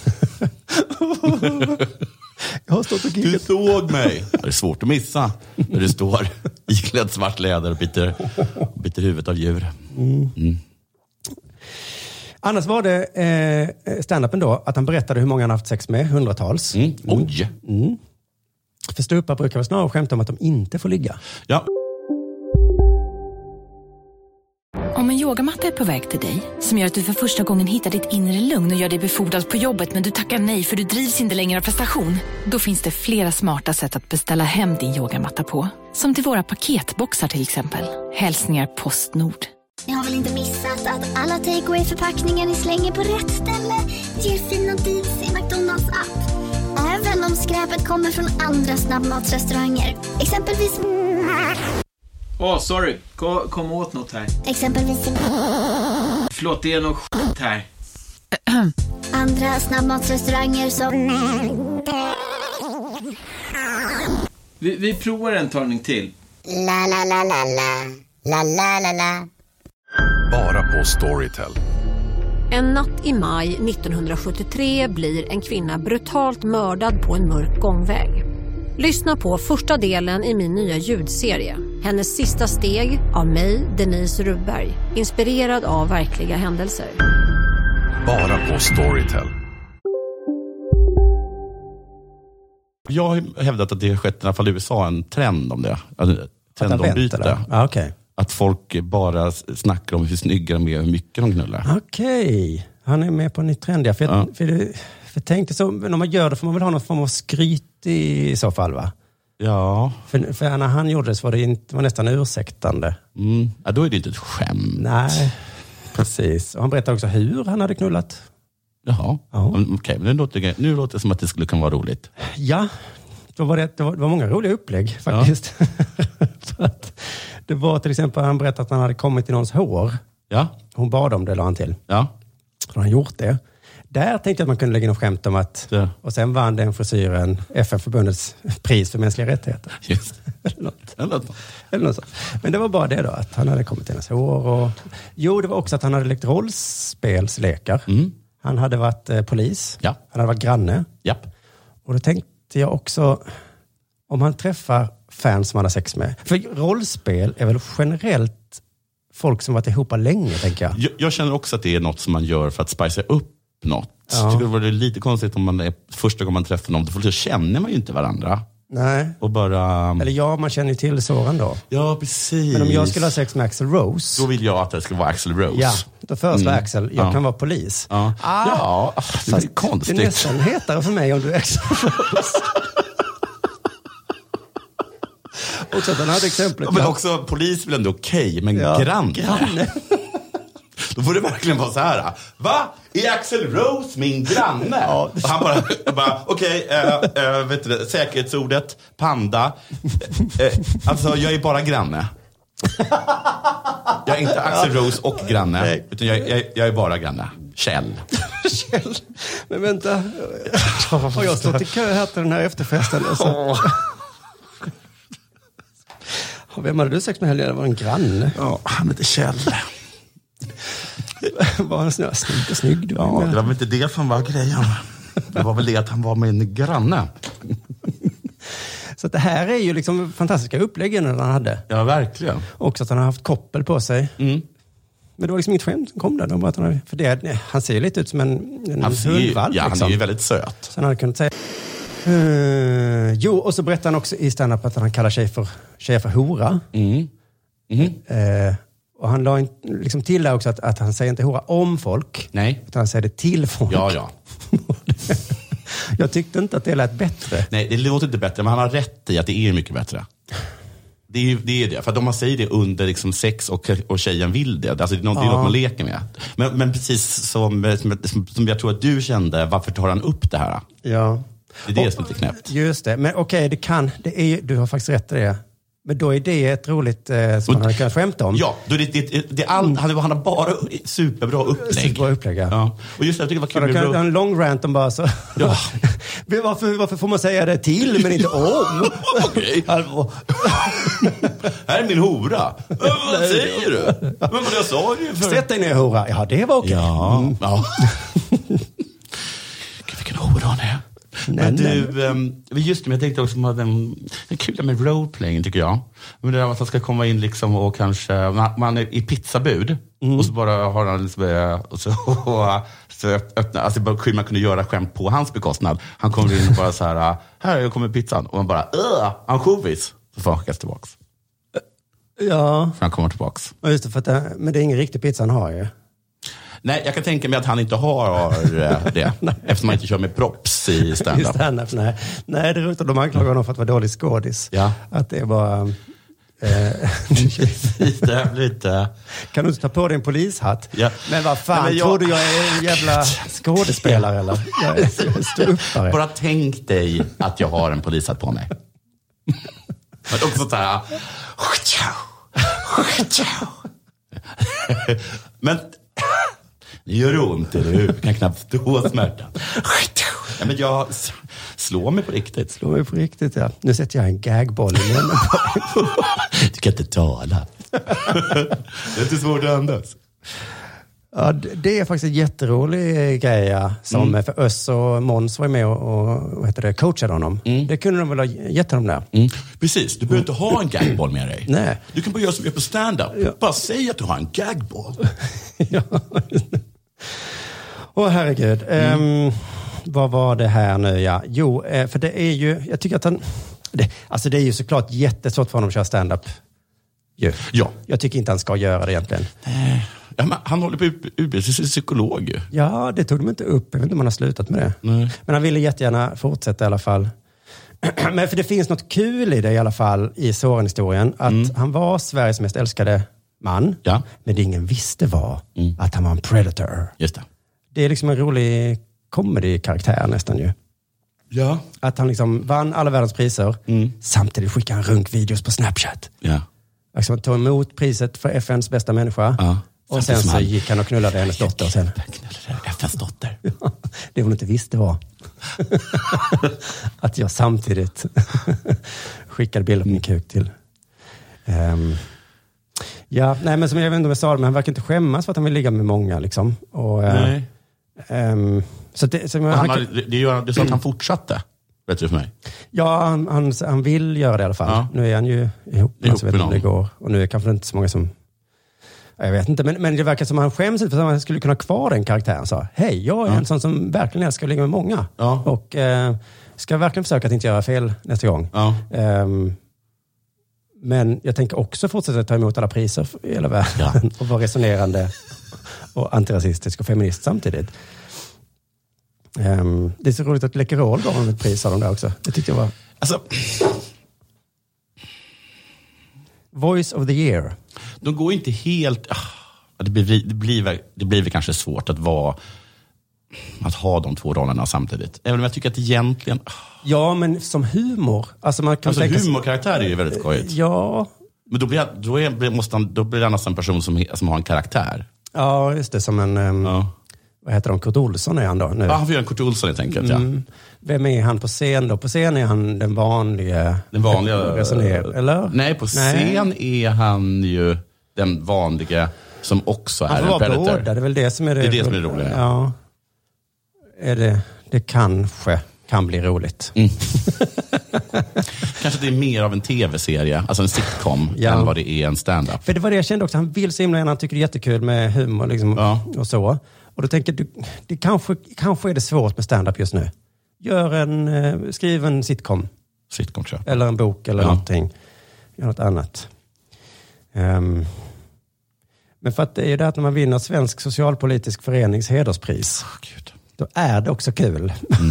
Jag har stått och giggat. Du såg mig. Det är svårt att missa när du står iklädd svart läder och biter huvudet av djur. Annars var det stand-upen då att han berättade hur många han haft sex med, hundratals. Oj! För ståuppare brukar väl snarare skämta om att de inte får ligga. Ja. Om en yogamatta är på väg till dig, som gör att du för första gången hittar ditt inre lugn och gör dig befordrad på jobbet, men du tackar nej för du drivs inte längre av prestation. Då finns det flera smarta sätt att beställa hem din yogamatta på. Som till våra paketboxar till exempel. Hälsningar Postnord. Ni har väl inte missat att alla takeaway-förpackningar ni slänger på rätt ställe ger fina deals i McDonalds app. Även om skräpet kommer från andra snabbmatsrestauranger. Exempelvis... sorry. Kom åt något här. Exempelvis... Förlåt, det är något skit här. Andra snabbmatsrestauranger som... Vi provar en talning till. La la la la la. La la la la. Bara på Storytel. En natt i maj 1973 blir en kvinna brutalt mördad på en mörk gångväg. Lyssna på första delen i min nya ljudserie. Hennes sista steg av mig, Denise Rubberg. Inspirerad av verkliga händelser. Bara på Storytel. Jag har hävdat att det har skett i alla fall i USA en trend om det. Trendombyte. Okay. Att folk bara snackar om hur snygga de är och hur mycket de knullar. Okej. Han är med på en ny trend. För tänkte så, när man gör det får man väl ha någon form av skryt i så fall, va? Ja. För när han gjorde det så var nästan ursäktande. Ja, då är det inte ett skämt. Nej, precis. Och han berättade också hur han hade knullat. Jaha, okej. Men nu låter det som att det skulle kunna vara roligt. Ja, det var många roliga upplägg faktiskt. Ja. För att det var till exempel, han berättade att han hade kommit i någons hår. Ja. Hon bad om det, la han till. Ja. Så han gjort det. Där tänkte jag att man kunde lägga något skämt om att... Ja. Och sen vann den frisyren FN-förbundets pris för mänskliga rättigheter. Just. Eller något sånt. Men det var bara det då, att han hade kommit i hennes hår. Och... Jo, det var också att han hade lekt rollspelslekar. Han hade varit polis. Ja. Han hade varit granne. Ja. Och då tänkte jag också, om han träffar fans som han har sex med. För rollspel är väl generellt folk som varit ihop länge, tänker jag. Jag känner också att det är något som man gör för att spicea upp något. Ja. Jag tycker det var lite konstigt om man är första gången man träffar någon. För så känner man ju inte varandra. Nej. Och bara... Eller ja, man känner ju till såren då. Ja, precis. Men om jag skulle ha sex med Axl Rose... Då vill jag att det skulle vara Axl Rose. Ja, då föreslår Axl. Jag kan vara polis. Ja, det är konstigt. Det är nästan hetare för mig om du är Axl Rose. Och så att han hade exemplet. Men också polis blir ändå okej, men granne. Då får det verkligen vara så här. Va? Är Axl Rose min granne? Ja. Och han bara okej, vet du, säkerhetsordet, panda. Alltså, jag är bara granne. Jag är inte Axl Rose och granne. Nej. Utan jag är bara granne. Kjell. Men vänta. Och jag står till kö här till den här efterfesten. Vem hade du sex med helgen? Det var en granne. Ja, han heter Kjell. Var han snygg? Ja, det var väl inte det som var grejen. Det var väl det att han var min granne. Så att det här är ju liksom fantastiska upplägg han hade. Ja, verkligen. Också att han har haft koppel på sig. Men det var liksom inget skämt som kom där. De bara, för det, han ser lite ut som en hundvalp. Ja, liksom. han är ju väldigt söt. Så han hade kunnat säga... och så berättar han också i stand-up att han kallar tjejer för hora. Och han la liksom till där också att han säger inte hora om folk. Nej. Utan han säger det till folk. Ja. Jag tyckte inte att det lät bättre. Nej, det låter inte bättre, men han har rätt i att det är mycket bättre. Det är det. För att om man säger det under liksom sex och tjejen vill det. Alltså det är något man leker med. Men precis som jag tror att du kände, varför tar han upp det här? Ja. Det är det som är lite knäppt. Just det. Men okej, du har faktiskt rätt i det. Men då är det ett roligt som man kan skämta om. Ja, då han har bara superbra upplägg. Superbra upplägg, ja. Och just det, jag tycker det var kul. Då kan en lång rant om bara så. Ja. varför får man säga det till men inte om? Okej. Här är min hora. Vad säger du? Men vad jag sa ju för... Sätt dig ner, hora. Ja, det var okej. Ja. Gud, vilken hora han är. Men just det, men jag tänkte också på den kul med roleplaying tycker jag. Men det är att han ska komma in liksom och kanske, man är i pizzabud och så bara har han liksom, och så öppna, alltså bara man kunde göra skämt på hans bekostnad. Han kommer in och bara så här kommer pizzan och man bara, ansjovis, så får han skickas tillbaks. Ja. För han kommer tillbaks. Ja, just det, men det är ingen riktig pizza han har ju. Nej, jag kan tänka mig att han inte har det. Eftersom man inte kör med props i stand-up. Nej, det är roligt att de anklagar honom för att vara dålig skådis. Ja. Att det är bara... lite... Kan du inte ta på dig en polishatt? Ja. Men vad fan, tror du jag är en jävla skådespelare eller? Jag är ståuppare. Bara tänk dig att jag har en polishatt på mig. Men också så här... Men... Det gör ont, eller hur? Jag kan knappt stå smärtan. Ja, men jag slår mig på riktigt. Slår mig på riktigt, ja. Nu sätter jag en gagboll i munnen på dig. Du kan inte tala. Det är inte svårt att andas. Ja, det är faktiskt en jätterolig grej. Som för Öss och Måns var med och coachade honom. Det kunde de väl ha gett honom där. Precis, du behöver inte ha en gagboll med dig. Nej. Du kan bara göra som vi gör på stand-up. Ja. Bara säg att du har en gagboll. Ja. Åh, herregud. Vad var det här nu? Ja. Jo, för det är ju... Jag tycker att det är ju såklart jättesvårt för honom att köra stand-up. Ja. Jag tycker inte han ska göra det egentligen. Ja, men han håller på att utbilda sig som psykolog ju. Ja, det tog de inte upp. Jag vet inte om han har slutat med det. Nej. Men han ville jättegärna fortsätta i alla fall. Men för det finns något kul i det i alla fall i Soran-historien. Att han var Sveriges mest älskade man. Ja. Men det ingen visste var att han var en predator. Just det. Det är liksom en rolig comedy-karaktär nästan ju. Ja. Att han liksom vann alla världens priser. Samtidigt skickade han runkvideos på Snapchat. Ja. Alltså han tog emot priset för FNs bästa människa. Ja. Och sen så gick han och knullade hennes dotter. Sen. FNs dotter. Ja, det hon inte visste var att jag samtidigt skickade bilder på min kuk till. Ja, nej, men som jag vet inte om jag sa det, men han verkar inte skämmas för att han vill ligga med många liksom. Och, nej. Så det sa att han fortsatte. Vet du för mig? Ja, han vill göra det i alla fall. Ja. Nu är han ju ihop med vet om det går. Och nu är kanske inte så många som... Jag vet inte, men det verkar som att han skäms för att han skulle kunna ha kvar den karaktären. Så, hej, jag är en sån som verkligen älskar att ligga med många. Ja. Och ska verkligen försöka att inte göra fel nästa gång. Ja. Men jag tänker också fortsätta ta emot alla priser i hela världen. Och vara resonerande och antirasistisk och feminist samtidigt. Det är så roligt att Läkerol gav honom ett pris av dem där också. Det tyckte jag var... Alltså... Voice of the year. De går inte helt... Det blir kanske svårt att ha de två rollerna samtidigt. Även om jag tycker att egentligen... Ja, men som humor. Alltså, man kan tänka... humorkaraktär är ju väldigt skojigt. Ja. Men då blir det annars en person som har en karaktär. Ja, just det. Som en... Vad heter de? Kurt Olsson är han då nu. Ja, han får göra en Kurt Olsson helt enkelt, ja. Vem är han på scen då? På scen är han den vanliga eller? Nej, på scen är han ju den vanliga som också är en predator. Båda, det är väl det som är det. Det är det som är roligt. Ja. Det kanske kan bli roligt. Kanske det är mer av en tv-serie, alltså en sitcom, än vad det är en stand-up. För det var det jag kände också. Han vill så himla gärna, han tycker det är jättekul med humor liksom, och så. Och då tänker jag, det kanske är det svårt med stand-up just nu. Skriv en sitcom. Eller en bok eller någonting. Gör något annat. Men för att det är det att när man vinner Svensk socialpolitisk förenings hederspris. Då är det också kul.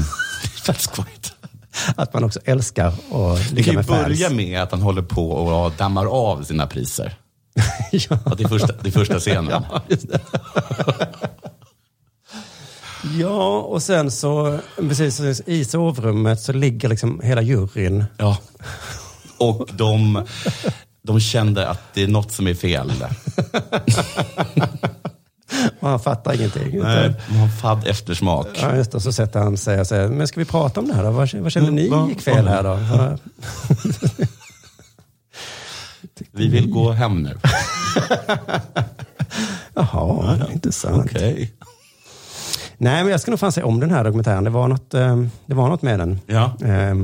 Att man också älskar att ligga med fans. Det kan ju börja med att han håller på och dammar av sina priser. Att det är första scenen. Ja, just det. Ja, och sen så precis i sovrummet så ligger liksom hela juryn. Ja. Och de kände att det är något som är fel. Och han fattar ingenting. Nej, man har fadd eftersmak. Ja, just det. Så sätter han sig och säger, men ska vi prata om det här då? Vad kände ni gick fel här då? Vi vill gå hem nu. Jaha, intressant. Okay. Nej, men jag ska nog fan säga om den här dokumentären. Det var något med den. Ja.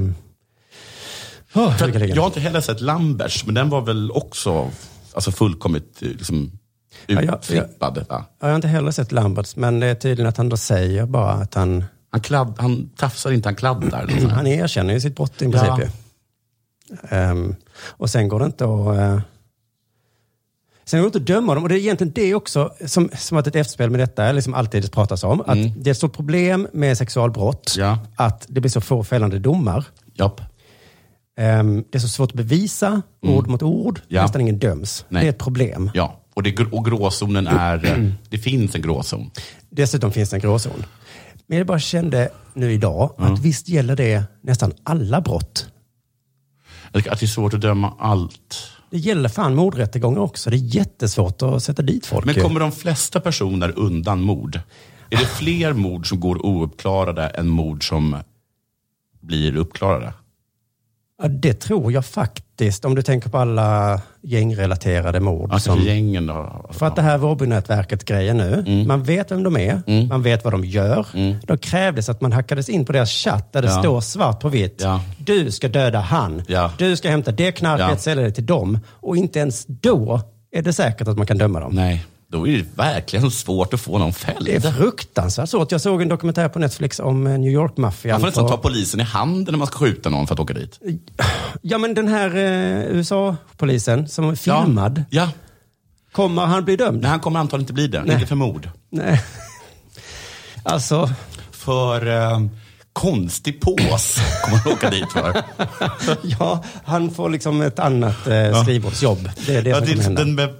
Jag har inte heller sett Lamberts, men den var väl också alltså fullkomligt liksom utflippad. Jag har inte heller sett Lamberts, men det är tydligen att han då säger bara att han tafsar inte, han kladdar. Han erkänner ju sitt brott i princip. Ja. Och sen går det inte att... Sen går det inte att döma dem. Och det är egentligen det också som att ett efterspel med detta liksom alltid pratas om. Att det är ett stort problem med sexualbrott. Ja. Att det blir så få fällande domar. Japp. Det är så svårt att bevisa ord mot ord. Ja. Nästan ingen döms. Nej. Det är ett problem. Ja, och gråzonen är... det finns en gråzon. Dessutom finns det en gråzon. Men jag bara kände nu idag att visst gäller det nästan alla brott. Att det är svårt att döma allt. Det gäller fan mordrättegångar också. Det är jättesvårt att sätta dit folk. Men kommer de flesta personer undan mord? Är det fler mord som går ouppklarade än mord som blir uppklarade? Ja, det tror jag faktiskt. Om du tänker på alla gängrelaterade mord. Alltså gängen då? För att det här Vårbynätverket-grejen nu. Man vet vem de är. Man vet vad de gör. Då krävdes att man hackades in på deras chatt där det står svart på vitt. Ja. Du ska döda han. Ja. Du ska hämta det knarket, sälja det till dem. Och inte ens då är det säkert att man kan döma dem. Nej. Då är det verkligen svårt att få någon fälld. Det är fruktansvärt svårt. Jag såg en dokumentär på Netflix om New York-maffian. Man får nästan ta polisen i handen när man ska skjuta någon för att åka dit. Ja, men den här USA-polisen som är filmad. Ja. Kommer han bli dömd? Nej, han kommer antagligen inte bli det. Nej. Inte för mord. Nej. Alltså... För... konstig pås kommer han åka dit för. Ja, han får liksom ett annat skrivbordsjobb. Det är det som kommer hända.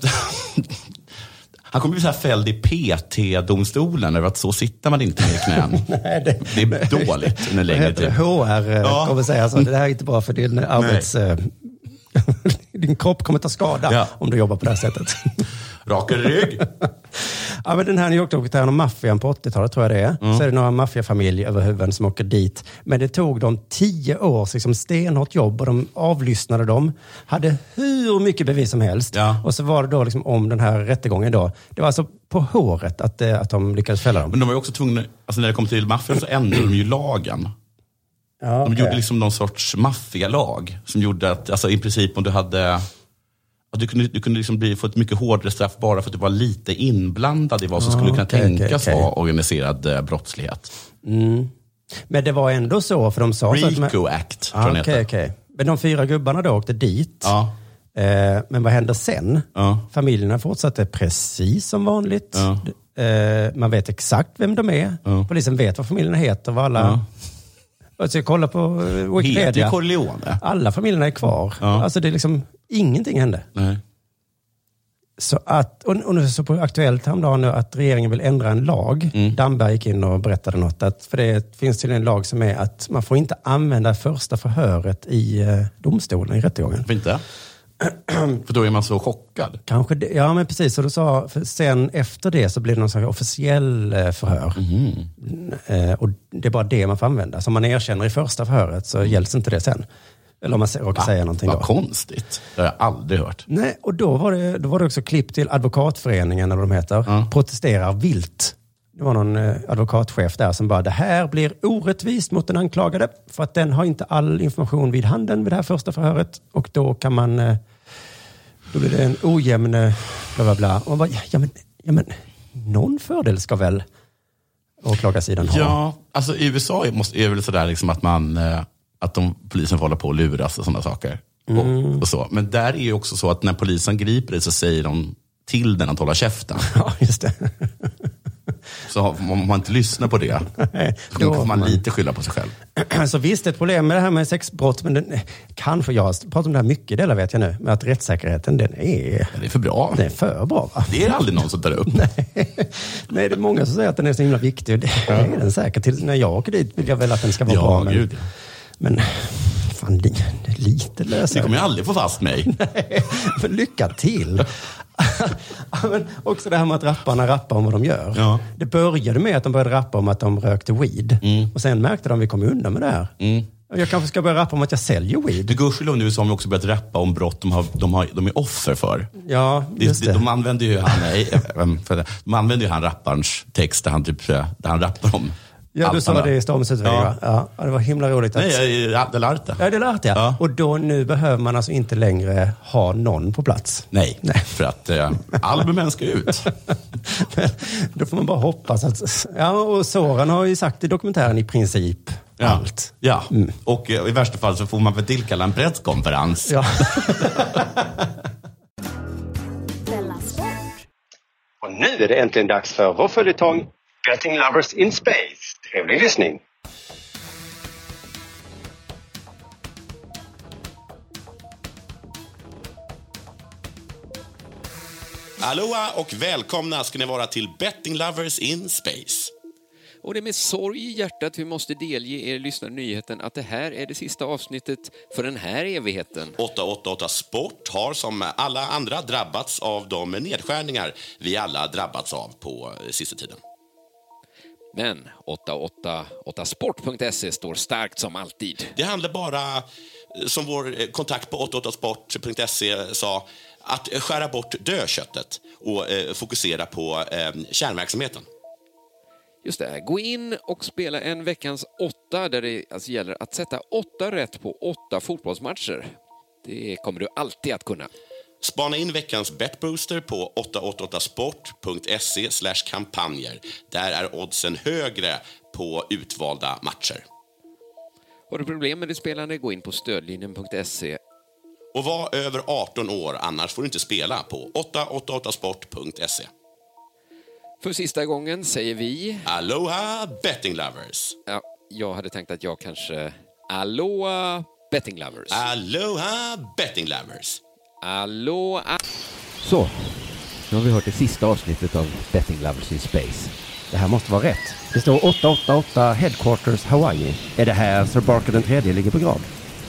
Han kommer bli så här fälld i PT-domstolen över att så sitter man inte med knän. Nej, det är dåligt under längre tid. HR kommer säga så. Det här är inte bra för din arbets... din kropp kommer ta skada om du jobbar på det här sättet. Rak rygg. Ja, men den här New York-dokumentären om maffian på 80-talet tror jag det är. Så är det några maffiafamiljer över huvuden som åker dit. Men det tog dem 10 års liksom stenhårt jobb och de avlyssnade dem. Hade hur mycket bevis som helst. Ja. Och så var det då liksom om den här rättegången då. Det var alltså på håret att de lyckades fälla dem. Men de var ju också tvungna, alltså när det kom till maffian så ändrade de ju lagen. Ja, de gjorde liksom någon sorts maffialag som gjorde att, alltså i princip om du hade... Du kunde liksom få ett mycket hårdare straff bara för att du var lite inblandad i vad som skulle kunna tänkas vara organiserad brottslighet. Men det var ändå så, för de sa... RICO Act, tror jag Okej. Men de 4 gubbarna då åkte dit. Ja. Men vad hände sen? Ja. Familjerna fortsatte precis som vanligt. Ja. Man vet exakt vem de är. Ja. Polisen vet vad familjerna heter, vad alla... Ja. Alltså jag kollar på Wikipedia. Heter Corleone? Alla familjerna är kvar. Ja. Alltså det är liksom... Ingenting hände. Nej. Så att, och nu så på Aktuellt häromdagen nu att regeringen vill ändra en lag. Damberg gick in och berättade något. För det finns till en lag som är att man får inte använda första förhöret i domstolen i rättegången. Varför inte? För då är man så chockad. Kanske det, ja men precis. Och du sa, för sen efter det så blir det någon sån officiell förhör. Och det är bara det man får använda. Så om man erkänner i första förhöret så gälls inte det sen. Eller om man råkar säga någonting då. Vad konstigt. Det har jag aldrig hört. Nej, och då var det också klipp till Advokatföreningen, eller vad de heter. Protesterar vilt. Det var någon advokatchef där som bara, det här blir orättvist mot den anklagade. För att den har inte all information vid handen vid det här första förhöret. Och då kan man... Då blir det en ojämn... Bla bla bla. Och man bara, ja men någon fördel ska väl åklagarsidan ha? Ja, alltså i USA är det väl sådär liksom att man... att polisen får hålla på och luras och sådana saker. Och så. Men där är ju också så att när polisen griper det så säger de till den att hålla käften. Ja, just det. Så om man inte lyssnar på det då får man lite skylla på sig själv. Så visst, ett problem med det här med sexbrott, men kanske jag har pratat om det här mycket, det vet jag nu, med att rättssäkerheten den är för bra. Den är för bra, va? Det är aldrig någon som tar upp. Nej, det är många som säger att den är så himla viktig. Och det är den säkert. Till när jag åker dit vill jag väl att den ska vara bra. Gud. Men fan, lite lösare. Du kommer ju aldrig få fast mig. Nej, men lycka till. Men också det här med att rapparna rappar om vad de gör. Ja. Det började med att de började rappa om att de rökte weed. Och sen märkte de att vi kom undan med det här. Jag kanske ska börja rappa om att jag säljer weed. Det gudskelov nu som också börjat rappa om brott de är offer för. Ja, just det. De använder ju han rapparens text där han rappar om. Ja, du sa det i Stormens utväg, va? Ja, det var himla roligt. Nej, Del Arte. Ja, Del Arte, ja. Och då nu behöver man alltså inte längre ha någon på plats. Nej. För att albumen ska ut. Då får man bara hoppas att... Ja, och Soran har ju sagt i dokumentären i princip allt. Ja, och i värsta fall så får man väl tillkalla en presskonferens. Ja. Och nu är det äntligen dags för vår följetong Betting Lovers in Space. Trevlig lyssning. Aloha och välkomna ska ni vara till Betting Lovers in Space. Och det är med sorg i hjärtat vi måste delge er lyssnare nyheten att det här är det sista avsnittet för den här evigheten. 888 Sport har som alla andra drabbats av de nedskärningar vi alla drabbats av på sista tiden. Men 888sport.se står starkt som alltid. Det handlar bara, som vår kontakt på 888sport.se sa, att skära bort dödköttet och fokusera på kärnverksamheten. Just det, gå in och spela en veckans 8 där det alltså gäller att sätta 8 rätt på 8 fotbollsmatcher. Det kommer du alltid att kunna. Spana in veckans betbooster på 888sport.se/kampanjer. Där är oddsen högre på utvalda matcher. Har du problem med ditt spelande, gå in på stödlinjen.se. Och var över 18 år, annars får du inte spela på 888sport.se. För sista gången säger vi... Aloha Betting Lovers. Ja, jag hade tänkt att jag kanske... Aloha Betting Lovers. Aloha Betting Lovers. Aloha... Så, nu har vi hört det sista avsnittet av Betting Lovers in Space. Det här måste vara rätt. Det står 888 Headquarters Hawaii. Är det här Sir Barker den tredje ligger begravd?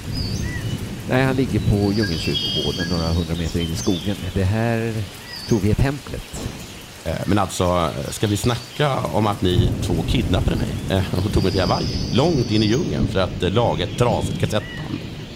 Nej, han ligger på djungelkyrkogården några 100 meter in i skogen. Det här tror vi är templet. Men alltså, ska vi snacka om att ni 2 kidnappade mig och tog mig till Hawaii långt in i djungeln för att laga ett trasigt kassettband?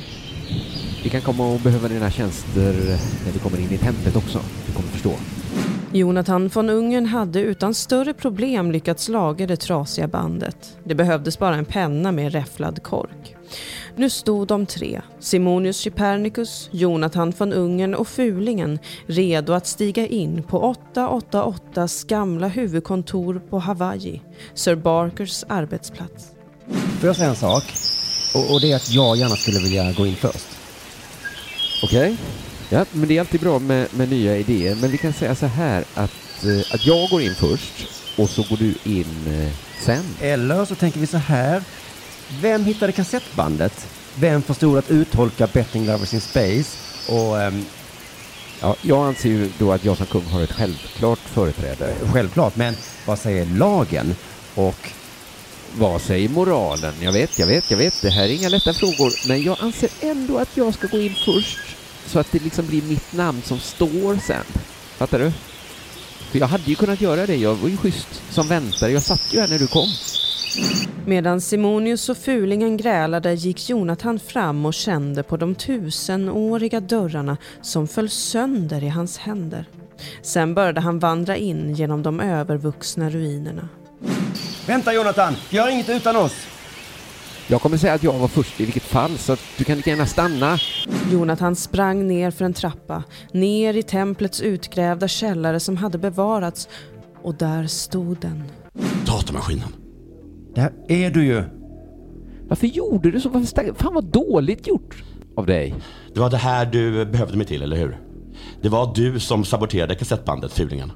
Vi kan komma och behöva dina tjänster när vi kommer in i templet också. Du kommer förstå. Jonathan von Ungern hade utan större problem lyckats laga det trasiga bandet. Det behövdes bara en penna med räfflad kork. Nu stod de 3, Simonius Chypernicus, Jonathan von Ungern och Fulingen, redo att stiga in på 888s gamla huvudkontor på Hawaii, Sir Barkers arbetsplats. Får jag säga en sak? Och det är att jag gärna skulle vilja gå in först. Okej. Ja, men det är alltid bra med nya idéer. Men vi kan säga så här att jag går in först och så går du in sen. Eller så tänker vi så här. Vem hittade kassettbandet? Vem förstod att uttolka Betting Lovers in Space? Och ja, jag anser ju då att jag som kung har ett självklart företräde. Självklart, men vad säger lagen? Och vad säger moralen? Jag vet. Det här är inga lätta frågor. Men jag anser ändå att jag ska gå in först. Så att det liksom blir mitt namn som står sen. Fattar du? För jag hade ju kunnat göra det. Jag var ju schysst som väntare. Jag satt ju här när du kom. Medan Simonius och Fulingen grälade gick Jonathan fram och kände på de 1000-åriga dörrarna som föll sönder i hans händer. Sen började han vandra in genom de övervuxna ruinerna. Vänta Jonathan, gör inget utan oss. Jag kommer säga att jag var först i vilket fall, så att du kan lika gärna stanna. Jonathan sprang ner för en trappa, ner i templets utgrävda källare som hade bevarats. Och där stod den. Datamaskinen. Där är du ju. Varför gjorde du så? Fan vad dåligt gjort av dig. Det var det här du behövde mig till, eller hur? Det var du som saboterade kassettbandet, Fulingen.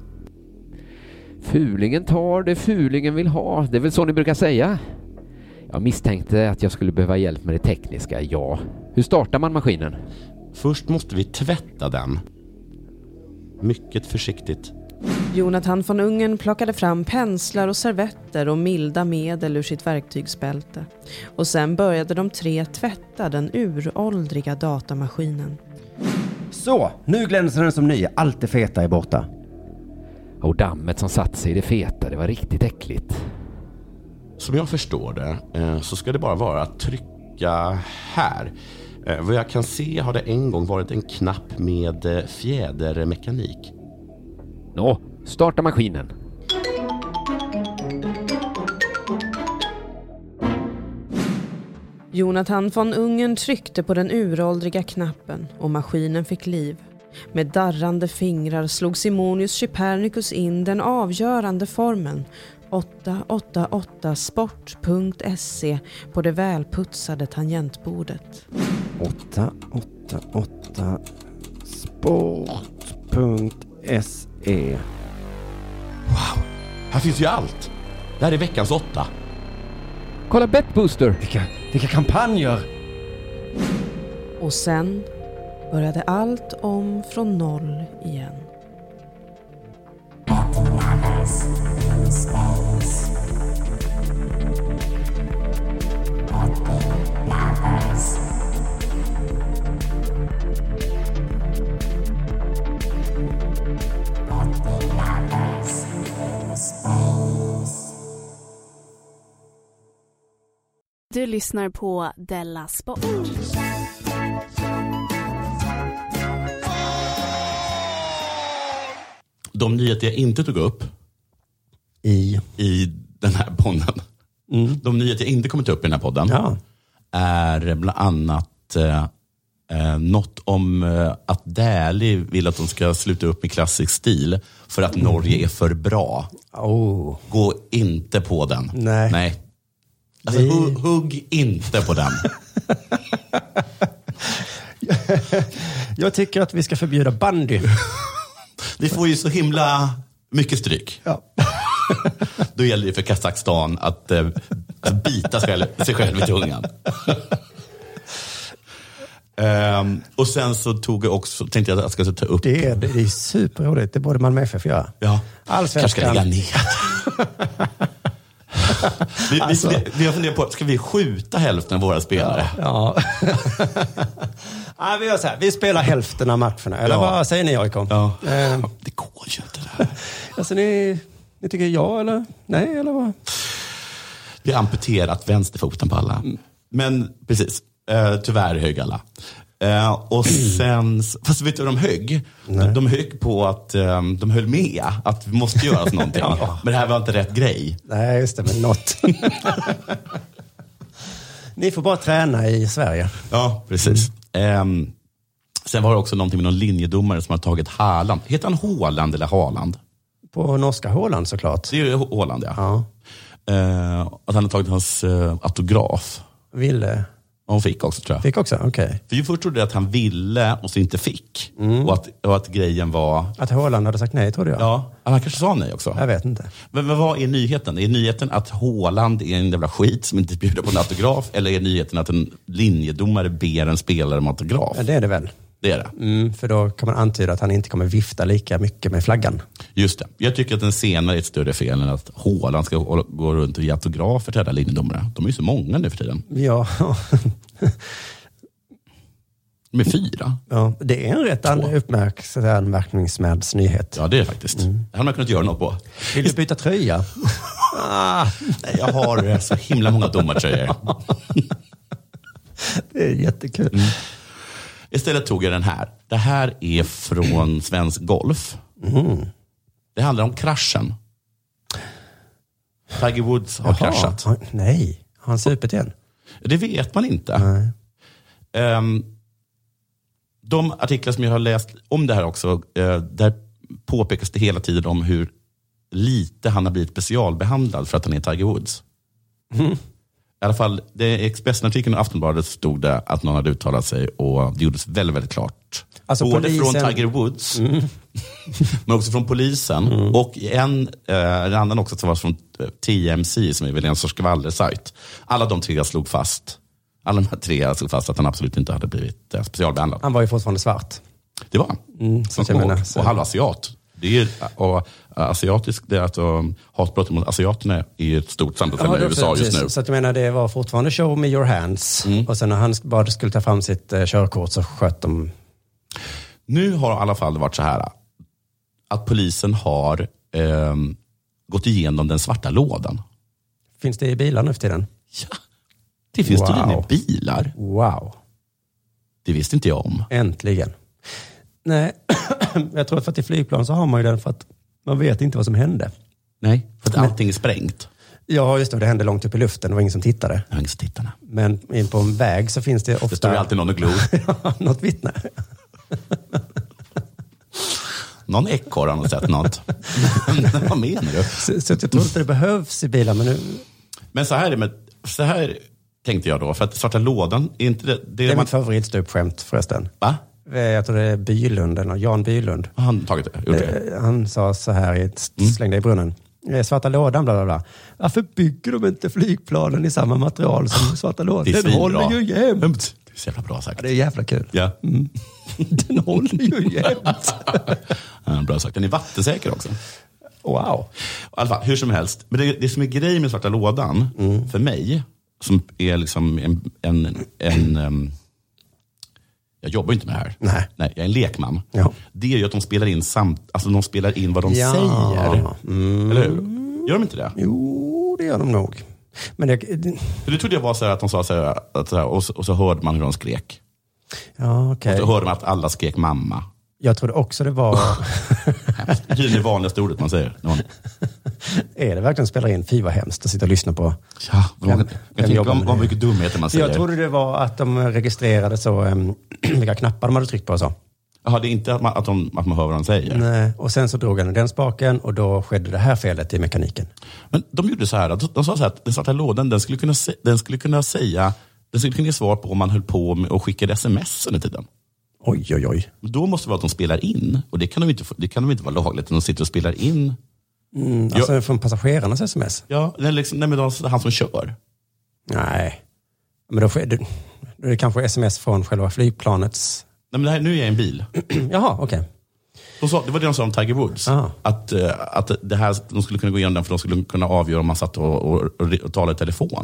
Fulingen tar det Fulingen vill ha. Det är väl så ni brukar säga. Jag misstänkte att jag skulle behöva hjälp med det tekniska, ja. Hur startar man maskinen? Först måste vi tvätta den. Mycket försiktigt. Jonathan von Ungern plockade fram penslar och servetter och milda medel ur sitt verktygsbälte. Och sen började de 3 tvätta den uråldriga datamaskinen. Så, nu glänser den som ny. Allt det feta är borta. Och dammet som satt sig i det feta, det var riktigt äckligt. Som jag förstår det så ska det bara vara att trycka här. Vad jag kan se har det en gång varit en knapp med fjädermekanik. Nå, starta maskinen. Jonathan von Ungern tryckte på den uråldriga knappen och maskinen fick liv. Med darrande fingrar slog Simonius Chypernicus in den avgörande formeln 888sport.se på det välputsade tangentbordet. 888sport.se. Wow, här finns ju allt. Det här är veckans 8. Kolla Betbooster. Vilka kampanjer. Och sen började allt om från noll igen. Du lyssnar på Della Sport. De nyheter jag inte tog upp i den här podden. De nyheter jag inte kommer ta upp i den här podden är bland annat något om att Dali vill att de ska sluta upp med klassisk stil för att Norge är för bra. Gå inte på den. Nej. Alltså, hugg inte på den. Jag tycker att vi ska förbjuda bandy. Det får ju så himla mycket stryk. Ja. Då gäller det för Kazakstan att bita sig själv i tungan. Och sen så tänkte jag att jag ska ta upp. Det är superroligt. Det borde man med FF göra. Ja. Allsvenskan. Kanske ska lägga ner. Vi har funderat på, ska vi skjuta hälften av våra spelare? Ja. Vi gör så här, vi spelar hälften av matcherna. Eller vad säger ni, AIK? Ja. Det går ju inte det här. Alltså ni tycker ja eller nej eller vad? Vi har amputerat vänsterfoten på alla. Men precis, tyvärr högg alla. Och sen, fast vet du vad de högg? De högg på att de höll med att vi måste göra någonting. Men det här var inte rätt grej. Nej, just det, men något. Ni får bara träna i Sverige. Ja, precis. Sen var det också någonting med någon linjedomare som har tagit Haaland. Heter han Haaland eller Haaland? På norska Haaland såklart. Det är ju Haaland, ja. Att han har tagit hans autograf. Ville. Hon fick också, tror jag. Fick också, okej. För vi först trodde att han ville och så inte fick. Och att grejen var... Att Haaland hade sagt nej, trodde jag. Ja, han kanske sa nej också. Jag vet inte. Men vad är nyheten? Är nyheten att Haaland är en jävla skit som inte bjuder på en autograf? Eller är nyheten att en linjedomare ber en spelare om autograf? Ja, det är det väl. Det är det. För då kan man antyda att han inte kommer vifta lika mycket med flaggan. Just det. Jag tycker att den senare är ett större fel än att Haaland ska gå runt och ge autografer till alla linjedomare. De är ju så många nu för tiden. Ja. Med 4. Ja, det är en rätt anmärkningsvärd nyhet. Ja, det är faktiskt. Det har man kunnat göra något på. Vill du byta tröja? Nej, jag har så himla många domartröjor. Det är jättekul. Istället tog jag den här. Det här är från Svensk Golf. Det handlar om kraschen. Tiger Woods har kraschat. Nej, har han supit igen? Det vet man inte. De artiklar som jag har läst om det här också, där påpekas det hela tiden om hur lite han har blivit specialbehandlad för att han är Tiger Woods. I alla fall, det Expressen-artikeln och Aftonbladet stod det att någon hade uttalat sig och det gjordes väldigt, väldigt klart. Alltså både polisen... från Tiger Woods men också från polisen och en annan också som var från TMC som är väl en sorts skvallersajt. Alla de tre slog fast att han absolut inte hade blivit specialbehandlad. Han var ju fortfarande svart. Det var han. Och halvasiat. Det är och asiatisk, det är alltså hatbrott mot asiaterna är ett stort samtalsämne i USA just nu. Så att jag menar, det var fortfarande show me your hands. Och sen när han bara skulle ta fram sitt körkort så sköt de. Nu har i alla fall varit så här att polisen har gått igenom den svarta lådan. Finns det i bilar nu för tiden? Ja, det finns tydligen i bilar. Wow. Det visste inte jag om. Äntligen. Nej, jag tror att i flygplan så har man ju den för att man vet inte vad som hände. Nej, för att allting är sprängt. Ja, just det hände långt upp i luften. Det var ingen som tittade. Det var ingen som tittade. Men in på en väg så finns det ofta... Det står ju alltid någon och glor. Något vittne. Någon ekorre har sett något. Vad menar du? Så jag tror inte det behövs i bilar. Men så här tänkte jag då. För att svarta lådan är inte det... Det är mitt favoritstupskämt förresten. Va? Jag tror det är Bylund, eller Jan Bylund. Han tagit det. Han sa så här, slängde i brunnen. Svarta lådan, bla bla bla. Varför bygger de inte flygplanen i samma material som svarta lådan? Den håller ju jämt. Det är så jävla bra sagt. Ja, det är jävla kul. Ja. Den håller ju jämt. Ja, bra sagt. Den är vattensäker också. Wow. I alla fall, hur som helst. Men det som är grej med svarta lådan, för mig, som är liksom jag jobbar inte med det här. Nej, jag är en lekman. Ja. Det är ju att de spelar in de spelar in vad de säger. Eller hur? Gör de inte det? Jo, det gör de nog. Men det trodde jag var så här att de sa så här, och så hörde man hur de skrek. Ja, okej. Och så hörde man att alla skrek mamma. Jag trodde också det var... Det är det vanligaste ordet man säger. Är det verkligen spelar in? Fy vad hemskt att sitta och lyssna på. Ja, jag tänker om mycket dumheter man säger. Jag trodde det var att de registrerade så vilka knappar de hade tryckt på och så. Jaha, det är inte att man hör vad de säger. Nej, och sen så drog han den spaken och då skedde det här felet i mekaniken. Men de gjorde så här, de sa så här att den svarta lådan, den skulle kunna ge svar på om man höll på med och skickade sms under tiden. Oj. Men då måste det vara att de spelar in. Och det kan de inte vara lagligt. De sitter och spelar in. Alltså från passagerarnas sms? Ja, men han som kör. Nej. Men då är det kanske sms från själva flygplanets... Nej, men nu är jag i en bil. Jaha, okej. Det var det de sa om Tiger Woods. Att det här, de skulle kunna gå igenom den för de skulle kunna avgöra om man satt och talade i telefon.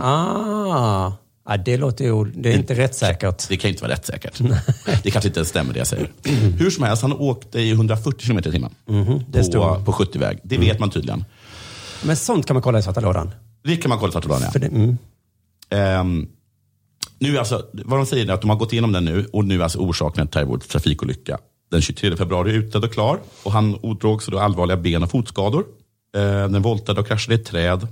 Ja, det låter ju... Det är inte rättssäkert. Det kan inte vara rättssäkert. Det kanske inte stämmer det jag säger. Hur som helst, han åkte i 140 km i timmen på 70-väg. Det vet man tydligen. Men sånt kan man kolla i svarta lådan? Det kan man kolla i svarta lådan, ja. Nu alltså, vad de säger är att de har gått igenom den nu och nu alltså orsaken till Tiger Woods trafikolycka. Den 23 februari är utredd och klar. Och han ådrog då allvarliga ben- och fotskador. Den voltade och kraschade i ett träd.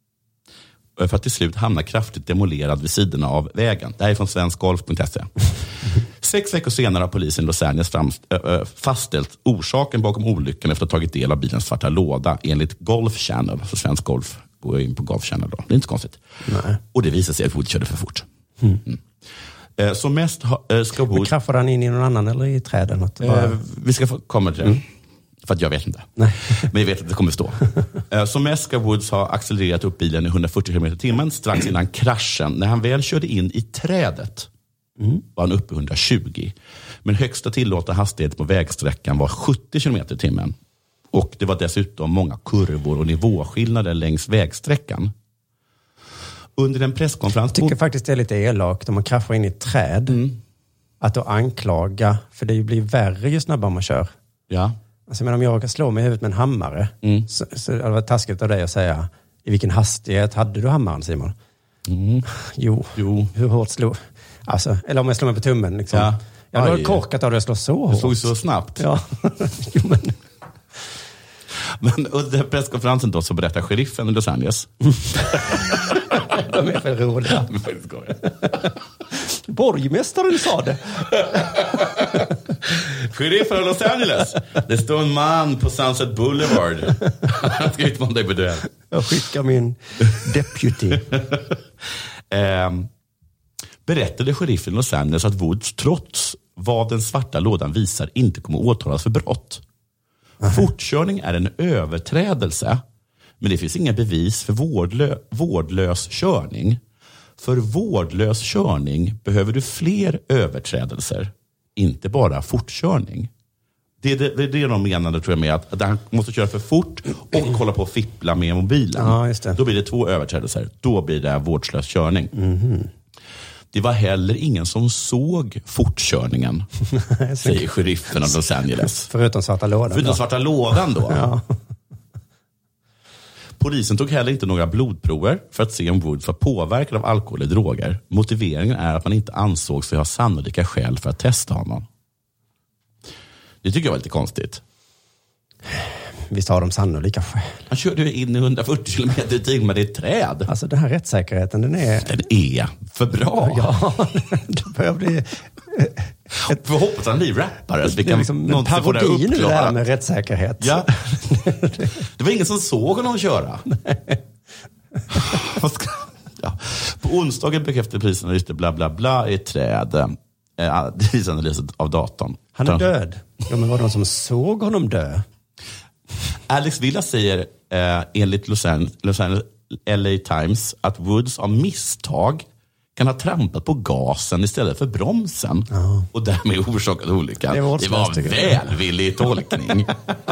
För att till slut hamna kraftigt demolerad vid sidorna av vägen. Det här är från svenskgolf.se. 6 veckor senare har polisen i Los Angeles fastställt orsaken bakom olyckan efter att ha tagit del av bilens svarta låda enligt Golf Channel. Så svensk golf går in på Golf Channel då. Det är inte så konstigt. Nej. Och det visar sig att Woods körde för fort. Som mest ska Woods... Men kraschade han in i någon annan eller i träden? Vi ska komma till det. För att jag vet inte. Nej. Men jag vet att det kommer stå. Som mest ska Woods ha accelererat upp bilen i 140 km i timmen strax innan kraschen. När han väl körde in i trädet var han uppe i 120. Men högsta tillåtna hastighet på vägsträckan var 70 km i timmen. Och det var dessutom många kurvor och nivåskillnader längs vägsträckan. Under en presskonferens... Jag tycker faktiskt det är lite elakt om man kraschar in i ett träd. Att då anklaga, för det blir värre ju snabbare man kör. Ja. Alltså, men om jag råkar slå mig i huvudet med en hammare så det var taskigt av dig att säga i vilken hastighet hade du hammaren, Simon? Jo. Hur hårt slog? Alltså, eller om jag slår mig på tummen liksom. Ja. Jag har korkat av det, jag slår så hårt. Du slog så snabbt. Ja. Jo, men under presskonferensen då så berättar sheriffen i Los Angeles. De är för roliga. Borgmästaren sa det. Sheriffen i Los Angeles. Det står en man på Sunset Boulevard. Han ska utmana dig på duell. Jag skickar min deputy. Berättade sheriffen i Los Angeles att Woods trots vad den svarta lådan visar inte kommer åtalas för brott. Fortkörning är en överträdelse, men det finns inga bevis för vårdlös körning. För vårdlös körning behöver du fler överträdelser, inte bara fortkörning. Det är det de menade, tror jag, med att han måste köra för fort och hålla på och fippla med mobilen. Ja, just det. Då blir det 2 överträdelser. Då blir det vårdslös körning. Det var heller ingen som såg fortkörningen, säger sheriffen av Los Angeles. Förutom svarta lådan. Förutom svarta lådan då. Ja. Polisen tog heller inte några blodprover för att se om Woods var påverkad av alkohol eller droger. Motiveringen är att man inte ansåg sig ha sannolika skäl för att testa honom. Det tycker jag var lite konstigt. Visst har de sannolika skäl. Han körde in i 140 km i timmen med ett träd. Alltså den här rättssäkerheten, den är för bra. Ja, det börjar bli... För hoppas att han blir rappare. Så vi det är kan liksom en parodi nu där med rättssäkerhet. Ja. Det var ingen som såg honom köra. Ja. På onsdagen bekräftade polisen att bla bla bla i ett träd. Det visade analysen av datorn. Han är död. Ja, men var det någon som såg honom dö? Alex Villa säger enligt Los Angeles LA Times att Woods av misstag kan ha trampat på gasen istället för bromsen och därmed orsakat olyckan. Det var en välvillig tolkning.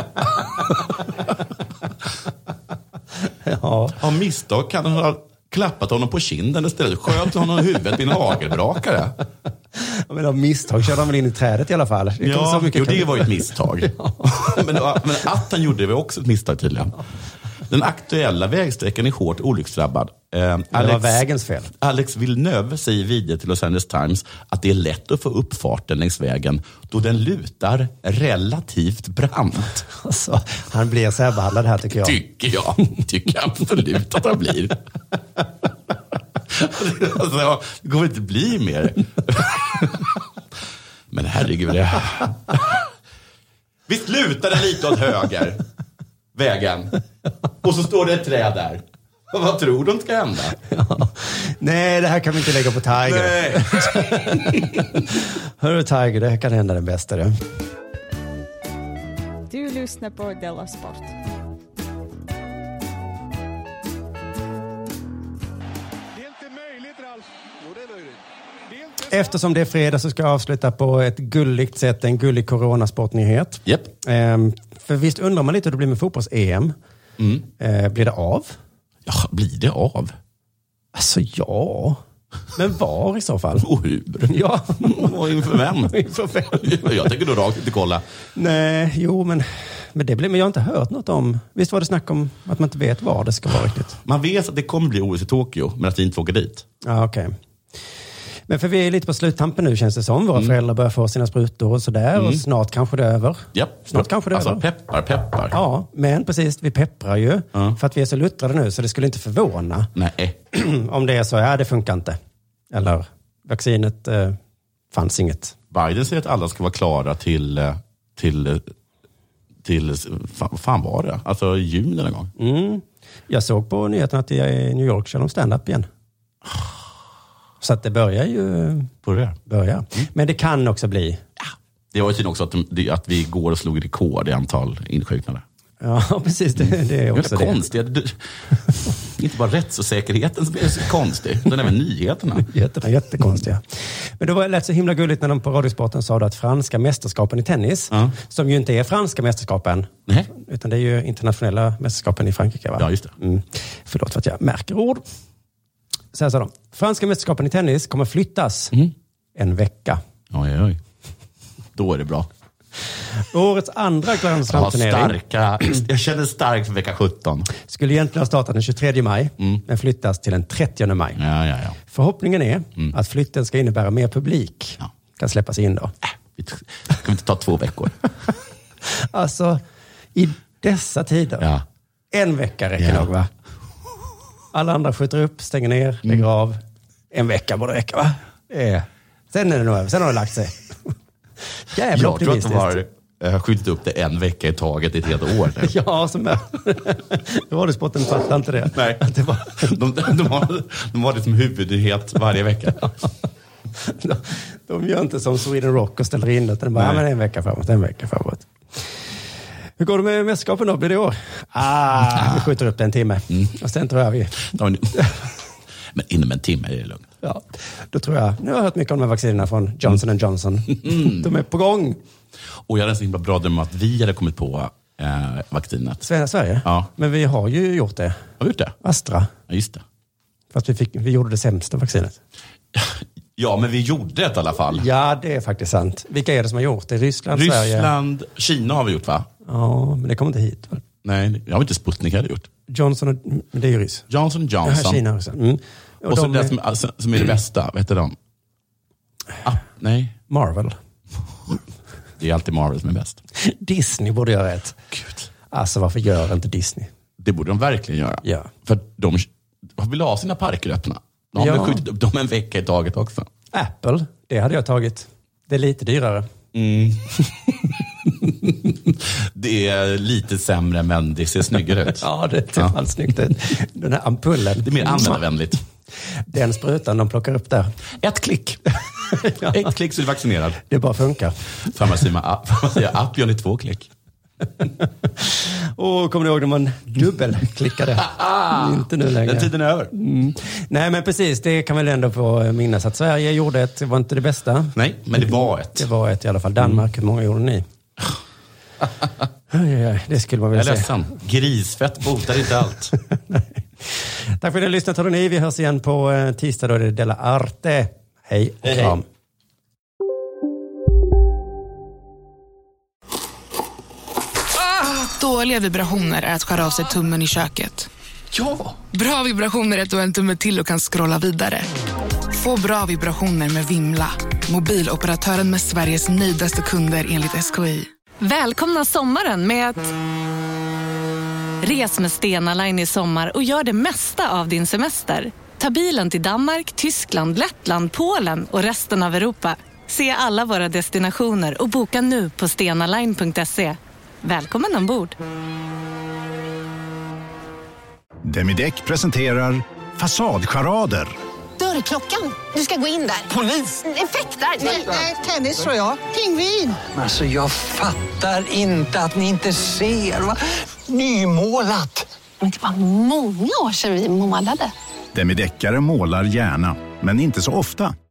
Ja. Av misstag kan han ha klappat honom på kinden istället. Sköt honom i huvudet med en hagelbrakare. Ja, men av misstag körde han väl in i trädet i alla fall. Det var ju ett misstag. men att han gjorde det var också ett misstag tydligen. Den aktuella vägsträckan är hårt olycksdrabbad. Det var vägens fel. Alex Villeneuve säger vidare till Los Angeles Times att det är lätt att få upp farten längs vägen då den lutar relativt brant. Alltså, han blir så här behandlad här tycker jag. Tycker absolut att han blir. Alltså, det kommer inte bli mer. Men herregud. Visst lutar den lite åt höger, vägen. Och så står det ett träd där. Vad tror du ska hända? Ja. Nej, det här kan vi inte lägga på Tiger. Nej. Hörru Tiger, det här kan hända den bästa. Det. Du lyssnar på Della Sport. Eftersom det är fredag så ska jag avsluta på ett gulligt sätt, en gullig coronasportnyhet. Yep. För visst undrar man lite hur det blir med fotbolls-EM. Blir det av? Ja, blir det av? Alltså ja. Men var i så fall? Och hur? Ja. Och inför vem? Inför vem? Jag tänker då rakt inte kolla. Nej, jo men det blir, men jag har inte hört något om. Visst var det snack om att man inte vet var det ska vara riktigt? Man vet att det kommer bli OS i Tokyo, men att vi inte får åka dit. Ja, okej. Men för vi är lite på sluttampen nu känns det som. Våra föräldrar börjar få sina sprutor och sådär. Och snart kanske det är över. Yep. Snart kanske det är över. Peppar. Ja, men precis. Vi pepprar ju. För att vi är så luttrade nu så det skulle inte förvåna. Nej. Om det är så, det funkar inte. Eller vaccinet fanns inget. Biden säger att alla ska vara klara till fan var det? Alltså juni någon gång. Jag såg på nyheterna att i New York kör de stand-up igen. Så att det börjar ju... Börjar. Men det kan också bli... Ja. Det var ju tydligen också att vi går och slog rekord i antal insjuknade. Ja, precis. Det är också det. Konstigt. Inte bara rättsosäkerheten som är så konstig, utan även nyheterna. Nyheterna är jättekonstiga. Men det var lätt så himla gulligt när de på Radiosporten sa att franska mästerskapen i tennis, som ju inte är franska mästerskapen, utan det är ju internationella mästerskapen i Frankrike, va? Ja, just det. Förlåt för att jag märker ord. Så här sa de. Franska mästerskapen i tennis kommer flyttas en vecka. Oj. Då är det bra. Årets andra Grand Slam-turnering. Jag känner starkt för vecka 17. Skulle egentligen ha startat den 23 maj, men flyttas till den 30 maj. Ja. Förhoppningen är att flytten ska innebära mer publik. Ja. Kan släppas in då. Ska inte ta 2 veckor? Alltså, i dessa tider. Ja. En vecka räcker nog, va? Alla andra skjuter upp, stänger ner, lägger av. En vecka borde räcka, va? Sen är det nog över. Sen har det lagt sig. Jävla optimistiskt. Jag tror att de har skjutit upp det en vecka i taget i ett helt år. Ja, som är. Radiosporten fattar inte det. Nej, det var... de har det som huvudnyhet varje vecka. De gör inte som Sweden Rock och ställer in det. Men en vecka framåt. Hur går det med mästerskapen då? Blir det år? Vi skjuter upp det en timme. Och sen tror jag vi... Men inom en timme är det lugnt. Ja, då tror jag... Nu har jag hört mycket om de här vaccinerna från Johnson & Johnson. De är på gång. Och jag hade en så himla bra dröm att vi hade kommit på vaccinet. Sverige? Ja. Men vi har ju gjort det. Har vi gjort det? Astra. Ja, just det. Fast vi gjorde det sämsta vaccinet. Ja, men vi gjorde det i alla fall. Ja, det är faktiskt sant. Vilka är det som har gjort det? Ryssland, Ryssland, Sverige? Kina har vi gjort, va? Ja, men det kommer inte hit. Nej, jag har inte Sputnik hade gjort. Johnson, men det är ju ryss. Johnson. Ja, Kina också. Mm. Och så det som är det bästa, vad heter de? Nej. Marvel. Det är alltid Marvel som är bäst. Disney borde göra ett. Gud. Alltså, varför gör inte Disney? Det borde de verkligen göra. Ja. För de vill ha sina parker öppna. De har skjutit upp dem en vecka i taget också. Apple, det hade jag tagit. Det är lite dyrare. Mm. Det är lite sämre, men det ser snyggare ut. Ja, det ser fan snyggt ut. Den här ampullen. Det är mer användarvänligt. Den sprutan de plockar upp där. Ett klick. Ja. Ett klick så är du vaccinerad. Det bara funkar. Farmacia app gör ni 2 klick. Och kommer du ihåg när man dubbelklickade? Inte nu längre. Den tiden är över. Mm. Nej, men precis. Det kan väl ändå få minnas att Sverige gjorde ett. Det var inte det bästa. Nej, men det var ett. Det var ett i alla fall. Danmark, hur många gjorde ni? Det skulle man väl säga. Jag är ledsen. Grisfett botar inte allt. Tack för att ni har lyssnat, hörni. Vi hörs igen på tisdag. Då är det Della Arte. Hej och kram. Dåliga vibrationer är att skära av sig tummen i köket. Ja! Bra vibrationer är att du har en tumme till och kan scrolla vidare. Få bra vibrationer med Vimla. Mobiloperatören med Sveriges nöjdaste kunder enligt SKI. Välkomna sommaren med att... Res med Stena Line i sommar och gör det mesta av din semester. Ta bilen till Danmark, Tyskland, Lettland, Polen och resten av Europa. Se alla våra destinationer och boka nu på stenaline.se. Välkommen ombord. Demideck presenterar Fasadcharader. Dörrklockan. Du ska gå in där. Polis? Effektar? Nej, tennis tror jag. Pingvin. Alltså jag fattar inte att ni inte ser. Va? Nymålat. Men det var många år sedan vi målade. Demideckare målar gärna, men inte så ofta.